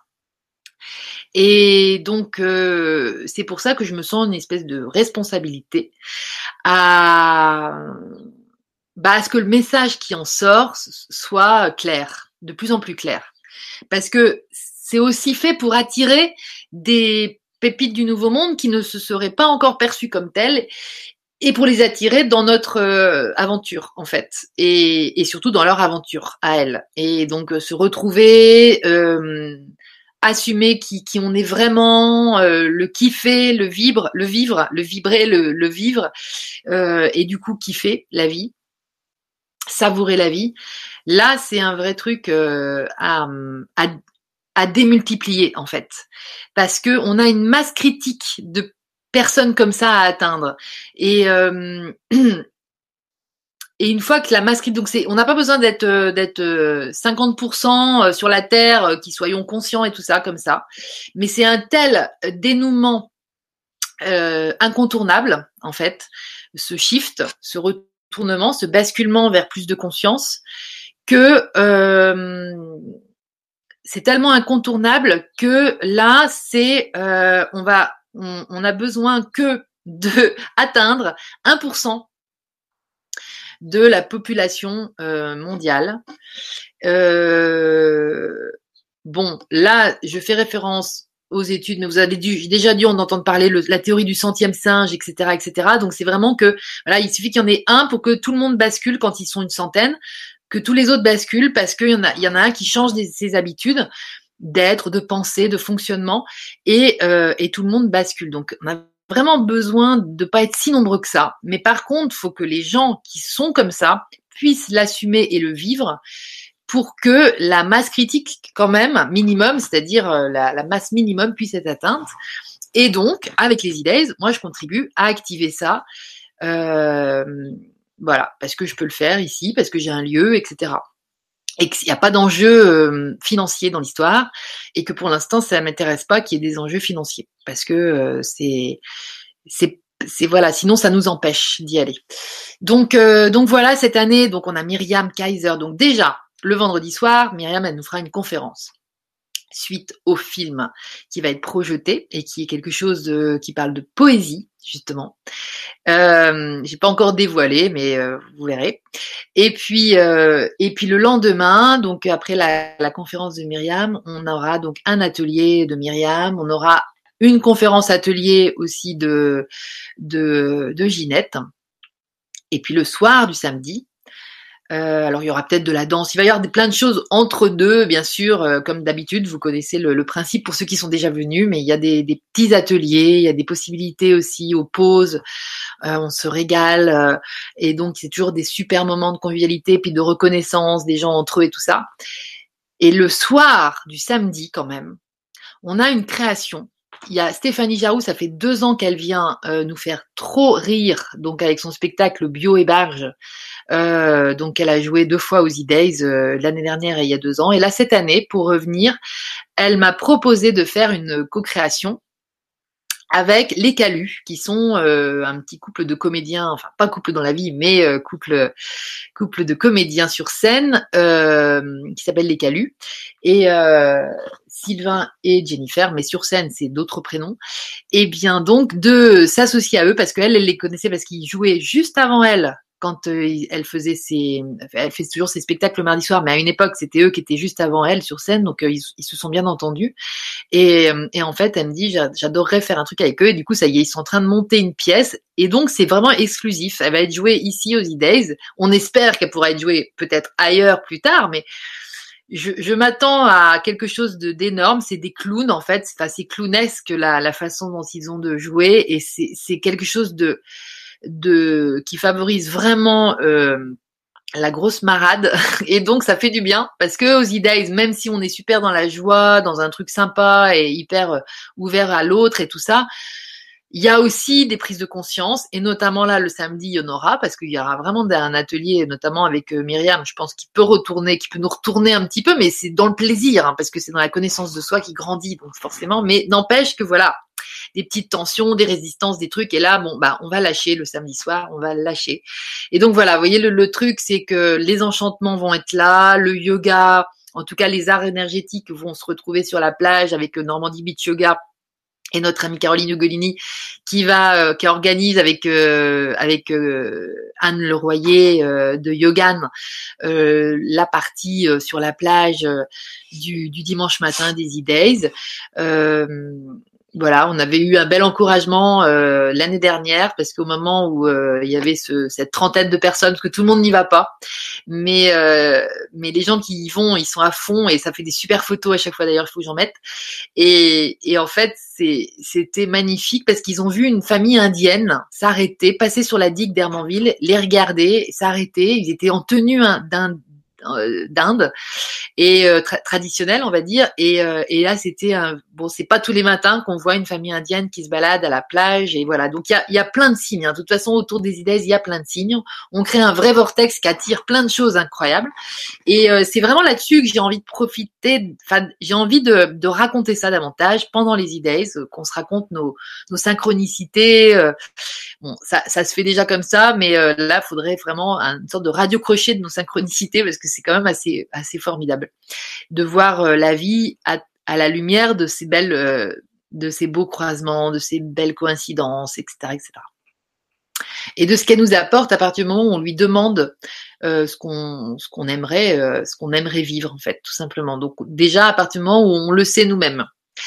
Et donc, c'est pour ça que je me sens une espèce de responsabilité à ce que le message qui en sort soit clair, de plus en plus clair. Parce que c'est aussi fait pour attirer des pépites du Nouveau Monde qui ne se seraient pas encore perçues comme telles, et pour les attirer dans notre aventure, en fait, et surtout dans leur aventure à elles. Et donc, se retrouver... assumer qui on est vraiment, le kiffer, le vibrer, le vivre, et du coup kiffer la vie, savourer la vie. Là, c'est un vrai truc à démultiplier en fait, parce que on a une masse critique de personnes comme ça à atteindre. Et et une fois que la masse critique, donc on n'a pas besoin d'être 50% sur la terre, qui soyons conscients et tout ça comme ça, mais c'est un tel dénouement incontournable en fait, ce shift, ce retournement, ce basculement vers plus de conscience, que c'est tellement incontournable que là c'est on a besoin que de atteindre 1% de la population mondiale. Bon, là, je fais référence aux études, mais vous avez déjà dû en entendre parler, la théorie du centième singe, etc., etc. Donc, c'est vraiment que, voilà, il suffit qu'il y en ait un pour que tout le monde bascule quand ils sont une centaine, que tous les autres basculent parce qu'il y en a un qui change ses habitudes d'être, de penser, de fonctionnement, et tout le monde bascule. Donc, on a vraiment besoin de pas être si nombreux que ça. Mais par contre, il faut que les gens qui sont comme ça puissent l'assumer et le vivre pour que la masse critique, quand même, minimum, c'est-à-dire la masse minimum puisse être atteinte. Et donc, avec les idées, moi, je contribue à activer ça. Voilà, parce que je peux le faire ici, parce que j'ai un lieu, etc. Et qu'il n'y a pas d'enjeu financier dans l'histoire, et que pour l'instant, ça ne m'intéresse pas qu'il y ait des enjeux financiers, parce que c'est voilà, sinon ça nous empêche d'y aller. Donc voilà, cette année, donc on a Myriam Kaiser. Donc déjà, le vendredi soir, Myriam, elle nous fera une conférence suite au film qui va être projeté et qui est quelque chose qui parle de poésie, justement. J'ai pas encore dévoilé, mais vous verrez. Et puis le lendemain, donc après la conférence de Myriam, on aura donc un atelier de Myriam, on aura une conférence atelier aussi de Ginette. Et puis le soir du samedi, Alors il y aura peut-être de la danse, il va y avoir plein de choses entre deux, bien sûr, comme d'habitude, vous connaissez le principe pour ceux qui sont déjà venus, mais il y a des petits ateliers, il y a des possibilités aussi aux pauses, on se régale, et donc c'est toujours des super moments de convivialité, puis de reconnaissance des gens entre eux et tout ça. Et le soir du samedi quand même, on a une création. Il y a Stéphanie Jaroux, ça fait 2 ans qu'elle vient nous faire trop rire, donc avec son spectacle Bio et Barge. Donc elle a joué 2 fois aux E-Days, l'année dernière et il y a 2 ans. Et là, cette année, pour revenir, elle m'a proposé de faire une co-création avec les Calus, qui sont un petit couple de comédiens, enfin pas couple dans la vie, mais couple de comédiens sur scène, qui s'appelle les Calus. Et Sylvain et Jennifer, mais sur scène, c'est d'autres prénoms. Et bien donc de s'associer à eux, parce qu'elle les connaissait parce qu'ils jouaient juste avant elle, quand elle fait toujours ses spectacles le mardi soir, mais à une époque, c'était eux qui étaient juste avant elle sur scène, donc ils se sont bien entendus. Et en fait, elle me dit, j'adorerais faire un truc avec eux. Et du coup, ça y est, ils sont en train de monter une pièce. Et donc, c'est vraiment exclusif. Elle va être jouée ici aux E-Days. On espère qu'elle pourra être jouée peut-être ailleurs plus tard, mais je m'attends à quelque chose d'énorme. C'est des clowns, en fait. Enfin, c'est clownesque la façon dont ils ont de jouer. Et c'est quelque chose qui favorise vraiment la grosse marade. Et donc ça fait du bien, parce que aux E-Days, même si on est super dans la joie, dans un truc sympa et hyper ouvert à l'autre et tout ça, il y a aussi des prises de conscience, et notamment là le samedi il y en aura, parce qu'il y aura vraiment un atelier, notamment avec Myriam, je pense qu'il peut nous retourner un petit peu, mais c'est dans le plaisir, hein, parce que c'est dans la connaissance de soi qui grandit, donc forcément, mais n'empêche que voilà, des petites tensions, des résistances, des trucs, et là bon bah on va lâcher le samedi soir, on va lâcher. Et donc voilà, vous voyez le truc, c'est que les enchantements vont être là, le yoga, en tout cas les arts énergétiques vont se retrouver sur la plage avec Normandie Beach Yoga et notre amie Caroline Ugolini qui organise avec Anne Leroyer de Yogan la partie sur la plage du dimanche matin des E-Days. Voilà, on avait eu un bel encouragement l'année dernière, parce qu'au moment où il y avait cette trentaine de personnes, parce que tout le monde n'y va pas, mais les gens qui y vont, ils sont à fond, et ça fait des super photos à chaque fois, d'ailleurs il faut que j'en mette. Et en fait c'était magnifique, parce qu'ils ont vu une famille indienne s'arrêter, passer sur la digue d'Hermanville, les regarder, s'arrêter. Ils étaient en tenue d'Inde et traditionnelle, on va dire, et là c'était bon, c'est pas tous les matins qu'on voit une famille indienne qui se balade à la plage, et voilà, donc il y a plein de signes, hein. De toute façon, autour des E-Days, il y a plein de signes, on crée un vrai vortex qui attire plein de choses incroyables, et c'est vraiment là-dessus que j'ai envie de profiter, enfin j'ai envie de raconter ça davantage pendant les E-Days, qu'on se raconte nos synchronicités. Bon, ça se fait déjà comme ça, mais là, faudrait vraiment une sorte de radio-crochet de nos synchronicités, parce que c'est quand même assez formidable de voir la vie à la lumière de ces beaux croisements, de ces belles coïncidences, etc., etc. Et de ce qu'elle nous apporte à partir du moment où on lui demande ce qu'on aimerait vivre, en fait, tout simplement. Donc déjà à partir du moment où on le sait nous-mêmes.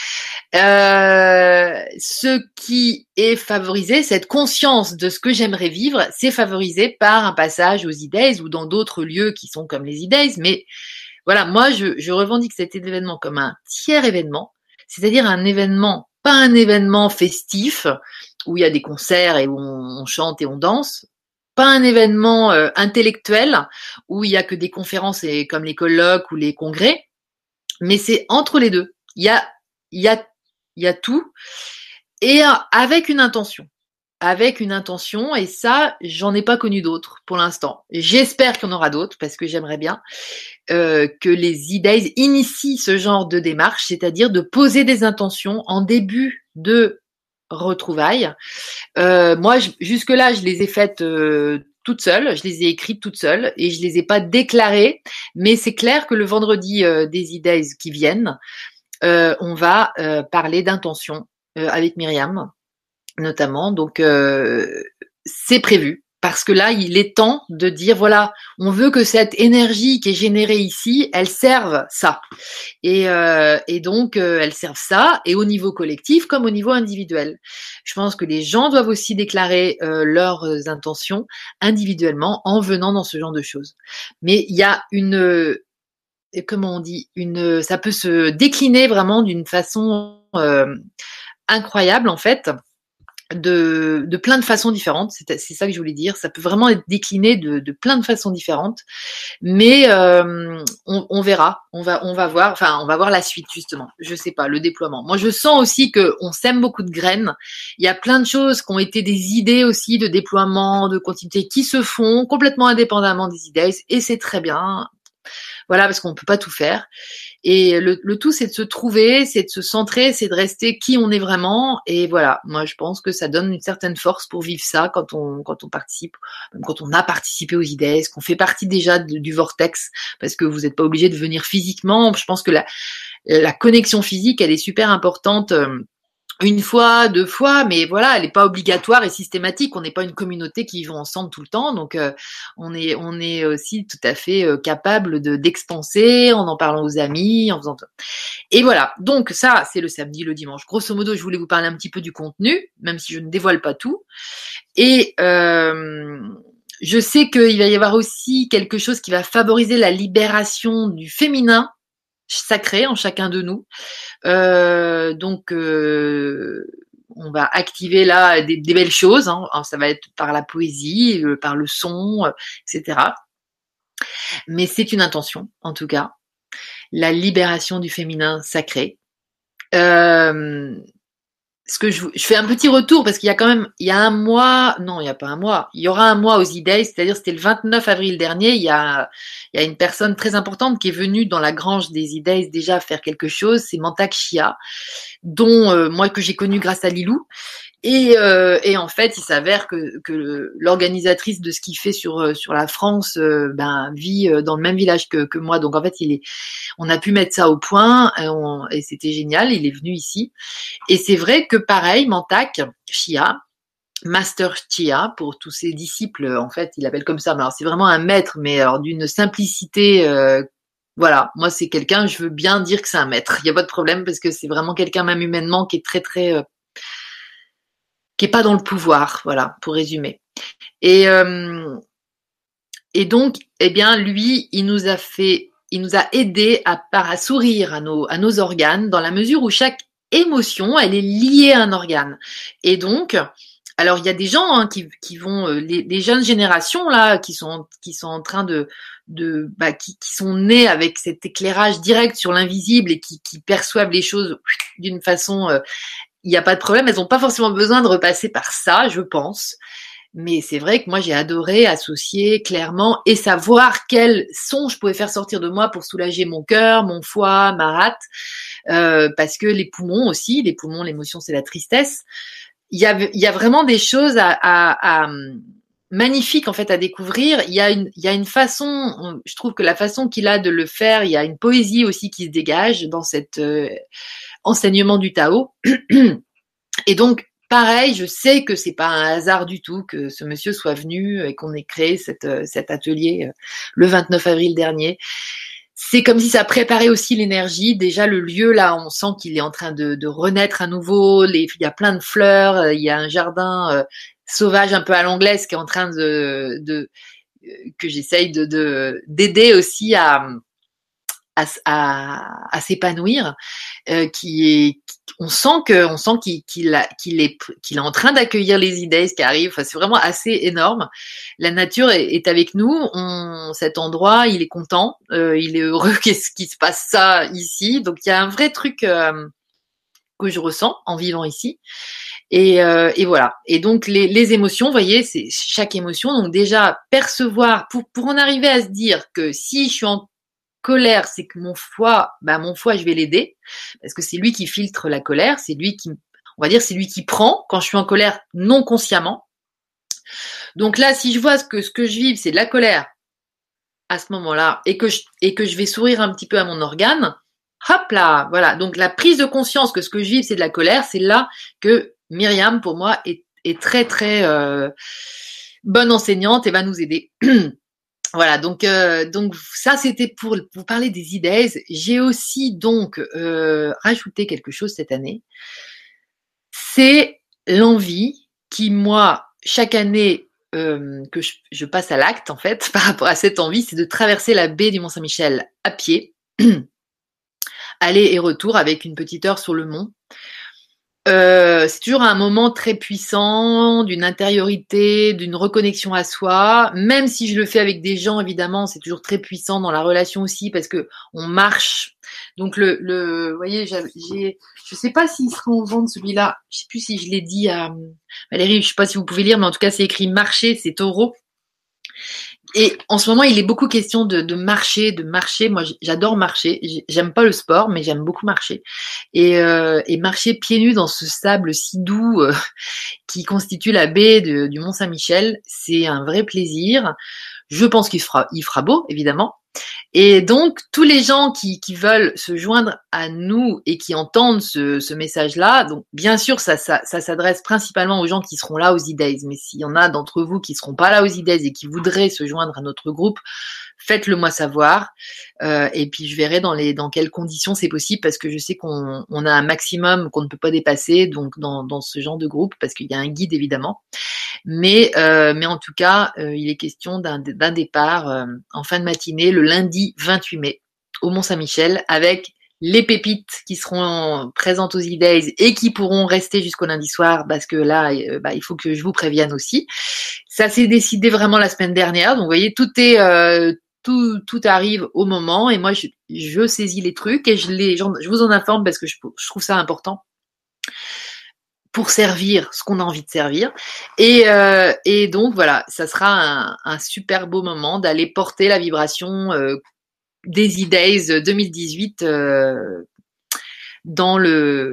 Ce qui est favorisé, cette conscience de ce que j'aimerais vivre, c'est favorisé par un passage aux E-Days ou dans d'autres lieux qui sont comme les E-Days. Mais voilà, moi, je revendique cet événement comme un tiers événement, c'est-à-dire un événement, pas un événement festif où il y a des concerts et où on chante et on danse, pas un événement intellectuel où il y a que des conférences et comme les colloques ou les congrès, mais c'est entre les deux. Il y a tout, et avec une intention. Et ça, j'en ai pas connu d'autres pour l'instant. J'espère qu'il y en aura d'autres, parce que j'aimerais bien que les E-Days initient ce genre de démarche, c'est-à-dire de poser des intentions en début de retrouvailles. Moi, jusque-là, je les ai faites toute seule, je les ai écrites toute seule, et je les ai pas déclarées, mais c'est clair que le vendredi des E-Days qui viennent, on va parler d'intention avec Myriam, notamment. Donc, c'est prévu, parce que là, il est temps de dire, voilà, on veut que cette énergie qui est générée ici, elle serve ça. Et donc, elle serve ça, et au niveau collectif comme au niveau individuel. Je pense que les gens doivent aussi déclarer leurs intentions individuellement en venant dans ce genre de choses. Mais il y a comment on dit, ça peut se décliner vraiment d'une façon incroyable en fait, de plein de façons différentes. C'est ça que je voulais dire. Ça peut vraiment être décliné de plein de façons différentes. Mais on verra, on va voir. Enfin, on va voir la suite justement. Je sais pas, le déploiement. Moi, je sens aussi que on sème beaucoup de graines. Il y a plein de choses qui ont été des idées aussi de déploiement, de continuité, qui se font complètement indépendamment des idées, et c'est très bien. Voilà, parce qu'on peut pas tout faire. Et le tout, c'est de se trouver, c'est de se centrer, c'est de rester qui on est vraiment. Et voilà, moi, je pense que ça donne une certaine force pour vivre ça quand on participe, même quand on a participé aux idées, qu'on fait partie déjà du vortex, parce que vous n'êtes pas obligé de venir physiquement. Je pense que la connexion physique, elle est super importante. Une fois, deux fois, mais voilà, elle n'est pas obligatoire et systématique. On n'est pas une communauté qui vit ensemble tout le temps, donc on est aussi tout à fait capable d'expanser en parlant aux amis, en faisant. Et voilà. Donc ça, c'est le samedi, le dimanche. Grosso modo, je voulais vous parler un petit peu du contenu, même si je ne dévoile pas tout. Et je sais qu'il va y avoir aussi quelque chose qui va favoriser la libération du féminin sacré en chacun de nous. Donc, on va activer là des belles choses. Hein. Alors, ça va être par la poésie, par le son, etc. Mais c'est une intention, en tout cas. La libération du féminin sacré. Ce que je fais un petit retour parce qu'il y a quand même, il y a un mois, non, il n'y a pas un mois, il y aura un mois aux E-Days, c'est-à-dire c'était le 29 avril dernier, il y a une personne très importante qui est venue dans la grange des E-Days déjà faire quelque chose, c'est Mantak Chia, dont moi que j'ai connu grâce à Lilou. Et en fait, il s'avère que l'organisatrice de ce qu'il fait sur la France vit dans le même village que moi. Donc en fait, on a pu mettre ça au point et c'était génial. Il est venu ici. Et c'est vrai que pareil, Mantak Chia, Master Chia, pour tous ses disciples, en fait, il l'appelle comme ça. Mais alors c'est vraiment un maître, mais alors d'une simplicité. Voilà, moi c'est quelqu'un, je veux bien dire que c'est un maître. Il n'y a pas de problème parce que c'est vraiment quelqu'un même humainement qui est très très qui est pas dans le pouvoir, voilà, pour résumer. Et donc, eh bien, lui, il nous a aidé à sourire à nos organes, dans la mesure où chaque émotion, elle est liée à un organe. Et donc, alors il y a des gens qui vont, les jeunes générations là, qui sont en train qui sont nés avec cet éclairage direct sur l'invisible et qui perçoivent les choses d'une façon il n'y a pas de problème, elles n'ont pas forcément besoin de repasser par ça, je pense. Mais c'est vrai que moi, j'ai adoré associer clairement et savoir quel son je pouvais faire sortir de moi pour soulager mon cœur, mon foie, ma rate. Parce que les poumons aussi, l'émotion, c'est la tristesse. Il y a vraiment des choses magnifiques en fait à découvrir. Il y a une façon, je trouve que la façon qu'il a de le faire, il y a une poésie aussi qui se dégage dans cet enseignement du Tao. Et donc, pareil, je sais que c'est pas un hasard du tout que ce monsieur soit venu et qu'on ait créé cet atelier le 29 avril dernier. C'est comme si ça préparait aussi l'énergie. Déjà, le lieu, là, on sent qu'il est en train de renaître à nouveau. Il y a plein de fleurs. Il y a un jardin sauvage un peu à l'anglaise qui est en train que j'essaye d'aider aussi à s'épanouir, on sent qu'il est en train d'accueillir les idées qui arrivent. Enfin, c'est vraiment assez énorme. La nature est avec nous. Cet endroit, il est content, il est heureux qu'est-ce qui se passe ça ici. Donc il y a un vrai truc que je ressens en vivant ici. Et voilà. Et donc les émotions, vous voyez, c'est chaque émotion. Donc déjà percevoir pour en arriver à se dire que si je suis en colère, c'est que mon foie, je vais l'aider parce que c'est lui qui filtre la colère, c'est lui qui prend quand je suis en colère non consciemment. Donc là, si je vois ce que je vis, c'est de la colère à ce moment-là et que je vais sourire un petit peu à mon organe, hop là, voilà. Donc la prise de conscience que ce que je vis, c'est de la colère, c'est là que Myriam, pour moi, est très très bonne enseignante et va nous aider. Voilà, donc ça c'était pour vous parler des idées. J'ai aussi donc rajouté quelque chose cette année. C'est l'envie qui, moi, chaque année que je passe à l'acte, en fait, par rapport à cette envie, c'est de traverser la baie du Mont-Saint-Michel à pied, aller et retour avec une petite heure sur le mont. C'est toujours un moment très puissant, d'une intériorité, d'une reconnexion à soi. Même si je le fais avec des gens, évidemment, c'est toujours très puissant dans la relation aussi parce que on marche. Donc vous voyez, je sais pas s'il sera en vente celui-là. Je sais plus si je l'ai dit à Valérie. Je sais pas si vous pouvez lire, mais en tout cas, c'est écrit marcher, c'est taureau. Et en ce moment, il est beaucoup question de marcher, de marcher. Moi, j'adore marcher. J'aime pas le sport, mais j'aime beaucoup marcher. Et marcher pieds nus dans ce sable si doux qui constitue la baie du Mont-Saint-Michel, c'est un vrai plaisir. Je pense il fera beau, évidemment. Et donc, tous les gens qui veulent se joindre à nous et qui entendent ce message-là, donc bien sûr, ça s'adresse principalement aux gens qui seront là aux E-Days. Mais s'il y en a d'entre vous qui seront pas là aux E-Days et qui voudraient se joindre à notre groupe, faites-le moi savoir. Et puis je verrai dans quelles conditions c'est possible parce que je sais qu'on a un maximum qu'on ne peut pas dépasser donc dans ce genre de groupe parce qu'il y a un guide évidemment. Mais en tout cas, il est question d'un départ en fin de matinée le lundi 28 mai au Mont-Saint-Michel avec les pépites qui seront présentes aux E-Days et qui pourront rester jusqu'au lundi soir parce que là, il faut que je vous prévienne aussi. Ça s'est décidé vraiment la semaine dernière, donc vous voyez, tout arrive au moment et moi je saisis les trucs et je vous en informe parce que je trouve ça important pour servir ce qu'on a envie de servir. Et donc voilà, ça sera un super beau moment d'aller porter la vibration des E-Days 2018 dans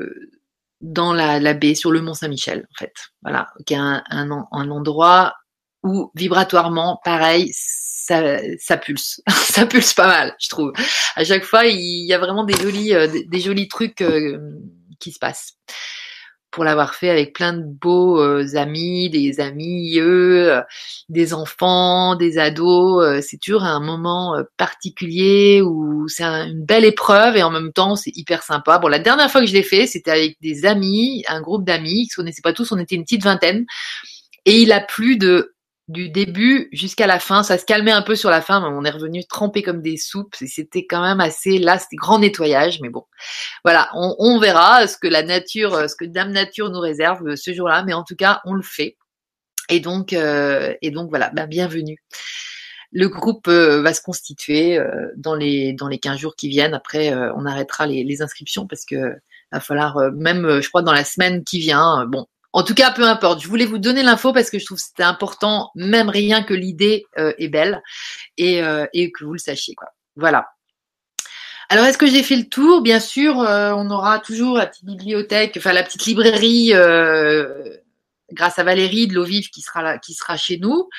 la baie sur le Mont Saint-Michel en fait. Voilà, qui est un endroit où vibratoirement, pareil, ça pulse, ça pulse pas mal, je trouve. À chaque fois, il y a vraiment des jolis trucs qui se passent. Pour l'avoir fait avec plein de beaux amis, des amis, des enfants, des ados. C'est toujours un moment particulier où c'est une belle épreuve et en même temps c'est hyper sympa. Bon, la dernière fois que je l'ai fait, c'était avec des amis, un groupe d'amis qui se connaissaient pas tous, on était une petite vingtaine et il a plu du début jusqu'à la fin. Ça se calmait un peu sur la fin, mais on est revenu trempé comme des soupes. C'était quand même là, c'était grand nettoyage, mais bon. Voilà, on verra ce que Dame Nature nous réserve ce jour-là, mais en tout cas, on le fait. Et donc voilà, bienvenue. Le groupe va se constituer dans les 15 jours qui viennent. Après, on arrêtera les inscriptions parce que va falloir, même, je crois, dans la semaine qui vient. Bon, en tout cas, peu importe. Je voulais vous donner l'info parce que je trouve que c'était important, même rien que l'idée est belle et que vous le sachiez, quoi. Voilà. Alors, est-ce que j'ai fait le tour? Bien sûr, on aura toujours la petite bibliothèque, enfin la petite librairie, grâce à Valérie de l'eau vive qui sera chez nous.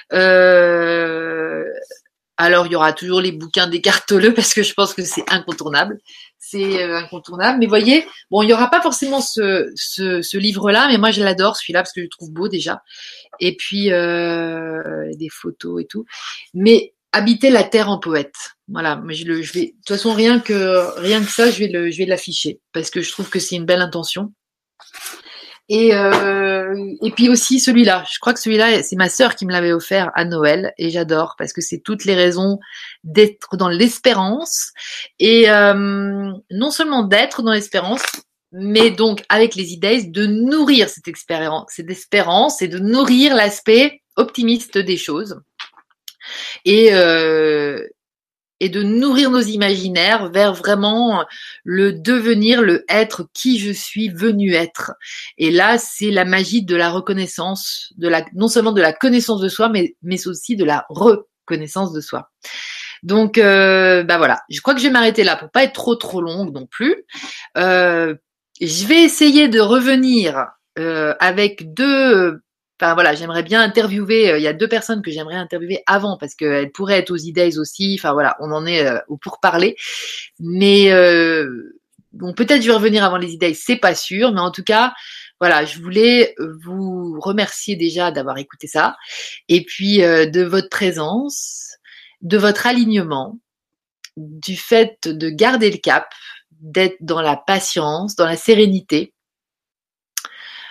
Alors, il y aura toujours les bouquins d'Eckhart-Tolle parce que je pense que c'est incontournable. C'est incontournable. Mais voyez, bon, il n'y aura pas forcément ce livre-là, mais moi je l'adore celui-là parce que je le trouve beau déjà. Et puis des photos et tout. Mais habiter la terre en poète. Voilà, mais je vais de toute façon rien que ça, je vais l'afficher parce que je trouve que c'est une belle intention. Et puis aussi celui-là. Je crois que celui-là, c'est ma sœur qui me l'avait offert à Noël et j'adore parce que c'est toutes les raisons d'être dans l'espérance et non seulement d'être dans l'espérance, mais donc avec les E-Days de nourrir cette espérance et de nourrir l'aspect optimiste des choses. Et de nourrir nos imaginaires vers vraiment le devenir, le être qui je suis venu être. Et là, c'est la magie de la reconnaissance, non seulement de la connaissance de soi, mais aussi de la reconnaissance de soi. Donc, voilà. Je crois que je vais m'arrêter là pour pas être trop longue non plus. Je vais essayer de revenir avec deux. Enfin voilà, j'aimerais bien interviewer. Il y a 2 personnes que j'aimerais interviewer avant parce qu'elles pourraient être aux E-Days aussi. Enfin voilà, on en est au pourparlers. Mais bon, peut-être je vais revenir avant les E-Days, c'est pas sûr. Mais en tout cas, voilà, je voulais vous remercier déjà d'avoir écouté ça, et puis de votre présence, de votre alignement, du fait de garder le cap, d'être dans la patience, dans la sérénité.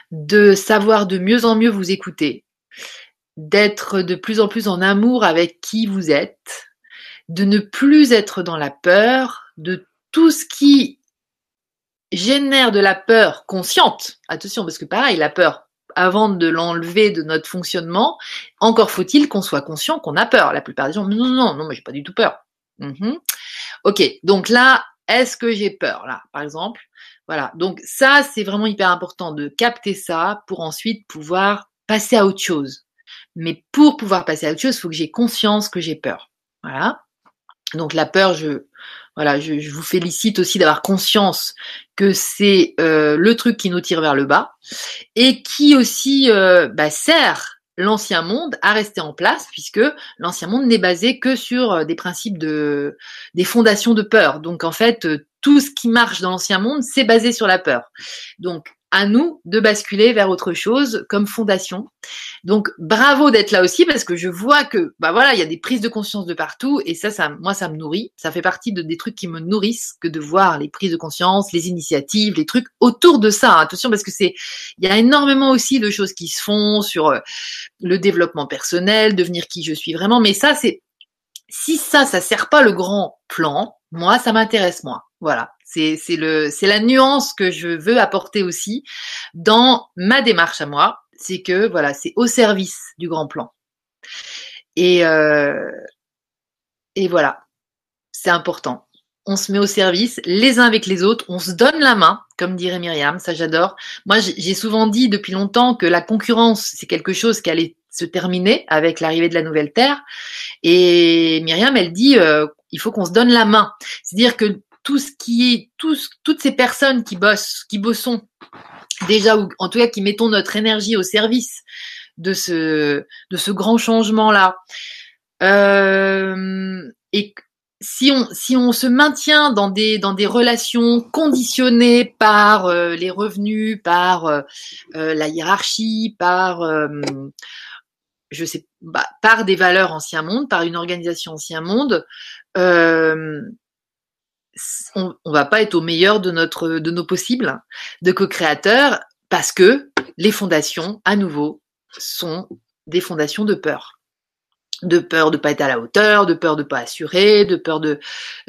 de savoir de mieux en mieux vous écouter, d'être de plus en plus en amour avec qui vous êtes, de ne plus être dans la peur, de tout ce qui génère de la peur consciente. Attention, parce que pareil, la peur, avant de l'enlever de notre fonctionnement, encore faut-il qu'on soit conscient qu'on a peur. La plupart des gens, non, moi j'ai pas du tout peur. Ok, donc là, est-ce que j'ai peur là, par exemple? Voilà, donc ça, c'est vraiment hyper important de capter ça pour ensuite pouvoir passer à autre chose. Mais pour pouvoir passer à autre chose, il faut que j'ai conscience que j'ai peur. Voilà. Donc la peur, je vous félicite aussi d'avoir conscience que c'est le truc qui nous tire vers le bas et qui aussi sert l'ancien monde à rester en place, puisque l'ancien monde n'est basé que sur des principes des fondations de peur. Donc en fait, tout ce qui marche dans l'ancien monde, c'est basé sur la peur. Donc à nous de basculer vers autre chose comme fondation. Donc bravo d'être là aussi, parce que je vois que il y a des prises de conscience de partout, et moi ça me nourrit. Ça fait partie des trucs qui me nourrissent, que de voir les prises de conscience, les initiatives, les trucs autour de ça. Attention, parce que il y a énormément aussi de choses qui se font sur le développement personnel, devenir qui je suis vraiment. Mais ça, si ça sert pas le grand plan, moi ça m'intéresse moins. Voilà. C'est la nuance que je veux apporter aussi dans ma démarche à moi. C'est que voilà, c'est au service du grand plan. Et voilà, c'est important. On se met au service les uns avec les autres, on se donne la main, comme dirait Myriam, ça j'adore. Moi, j'ai souvent dit depuis longtemps que la concurrence, c'est quelque chose qui allait se terminer avec l'arrivée de la nouvelle Terre. Et Myriam, elle dit, il faut qu'on se donne la main. C'est-à-dire que toutes ces personnes qui bossons déjà, ou en tout cas qui mettons notre énergie au service de ce grand changement-là, et si on se maintient dans des par conditionnées par les revenus, par la hiérarchie, par par des valeurs ancien monde, par une organisation ancien monde, on va pas être au meilleur de nos possibles de co-créateurs, parce que les fondations, à nouveau, sont des fondations de peur. De peur de pas être à la hauteur, de peur de pas assurer, de peur de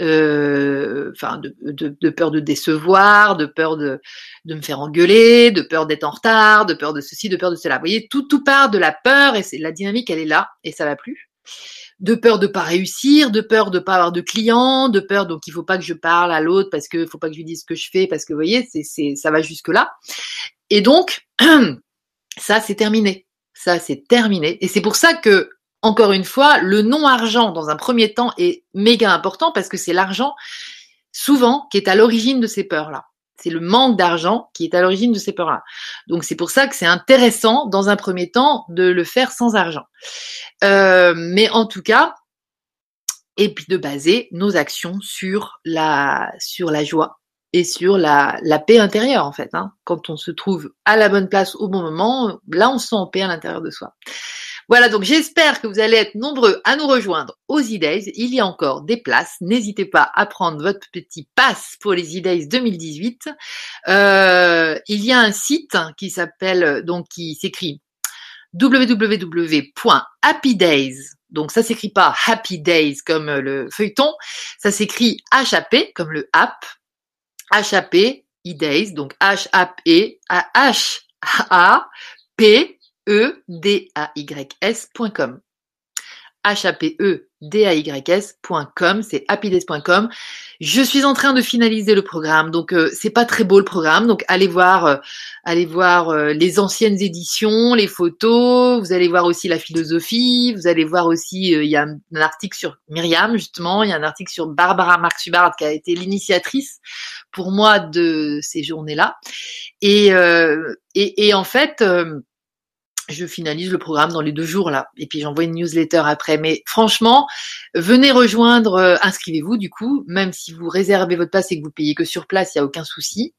peur de décevoir, de peur de me faire engueuler, de peur d'être en retard, de peur de ceci, de peur de cela. Vous voyez, tout part de la peur, et la dynamique, elle est là, et ça va plus. De peur de pas réussir, de peur de pas avoir de clients, de peur donc il faut pas que je parle à l'autre, parce que faut pas que je lui dise ce que je fais, parce que vous voyez, ça va jusque là. Et donc ça c'est terminé. Et c'est pour ça que, encore une fois, le non-argent dans un premier temps est méga important, parce que c'est l'argent souvent qui est à l'origine de ces peurs-là. C'est le manque d'argent qui est à l'origine de ces peurs-là. Donc c'est pour ça que c'est intéressant dans un premier temps de le faire sans argent. Mais en tout cas, et puis de baser nos actions sur la joie et sur la paix intérieure, en fait. Quand on se trouve à la bonne place au bon moment, là on se sent en paix à l'intérieur de soi. Voilà, donc j'espère que vous allez être nombreux à nous rejoindre aux E-Days. Il y a encore des places. N'hésitez pas à prendre votre petit pass pour les E-Days 2018. Il y a un site qui s'appelle, donc qui s'écrit www.happydays. Donc ça s'écrit pas Happy Days comme le feuilleton, ça s'écrit HAP comme le app, HAP E-Days, donc HAPEDAYS.com. HAPEDAYS.com, c'est happydays.com. Je suis en train de finaliser le programme, donc c'est pas très beau le programme, donc allez voir les anciennes éditions, les photos, vous allez voir aussi la philosophie, vous allez voir aussi, il y a un article sur Myriam justement, il y a un article sur Barbara Marx-Hubbard qui a été l'initiatrice pour moi de ces journées-là, et en fait, je finalise le programme dans les 2 jours là, et puis j'envoie une newsletter après. Mais franchement, venez rejoindre, inscrivez-vous du coup, même si vous réservez votre place et que vous payez que sur place, il n'y a aucun souci.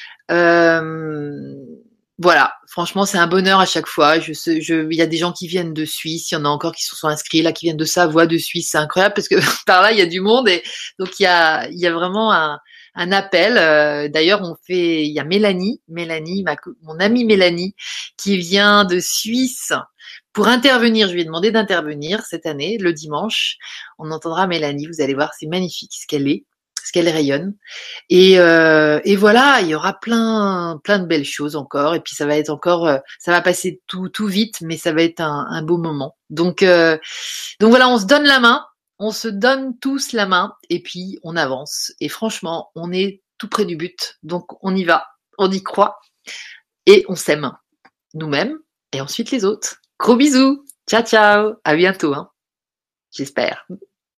Voilà, franchement, c'est un bonheur à chaque fois. Il y a des gens qui viennent de Suisse, il y en a encore qui se sont inscrits là, qui viennent de Savoie, de Suisse, c'est incroyable parce que par là il y a du monde, et donc il y a vraiment un un appel. D'ailleurs, il y a Mélanie, mon amie Mélanie, qui vient de Suisse pour intervenir. Je lui ai demandé d'intervenir cette année, le dimanche. On entendra Mélanie. Vous allez voir, c'est magnifique ce qu'elle rayonne. Et voilà, il y aura plein de belles choses encore. Et puis ça va être encore, ça va passer tout vite, mais ça va être un beau moment. Donc voilà, on se donne la main. On se donne tous la main et puis on avance. Et franchement, on est tout près du but. Donc on y va, on y croit et on s'aime nous-mêmes et ensuite les autres. Gros bisous. Ciao, ciao. À bientôt, hein. J'espère.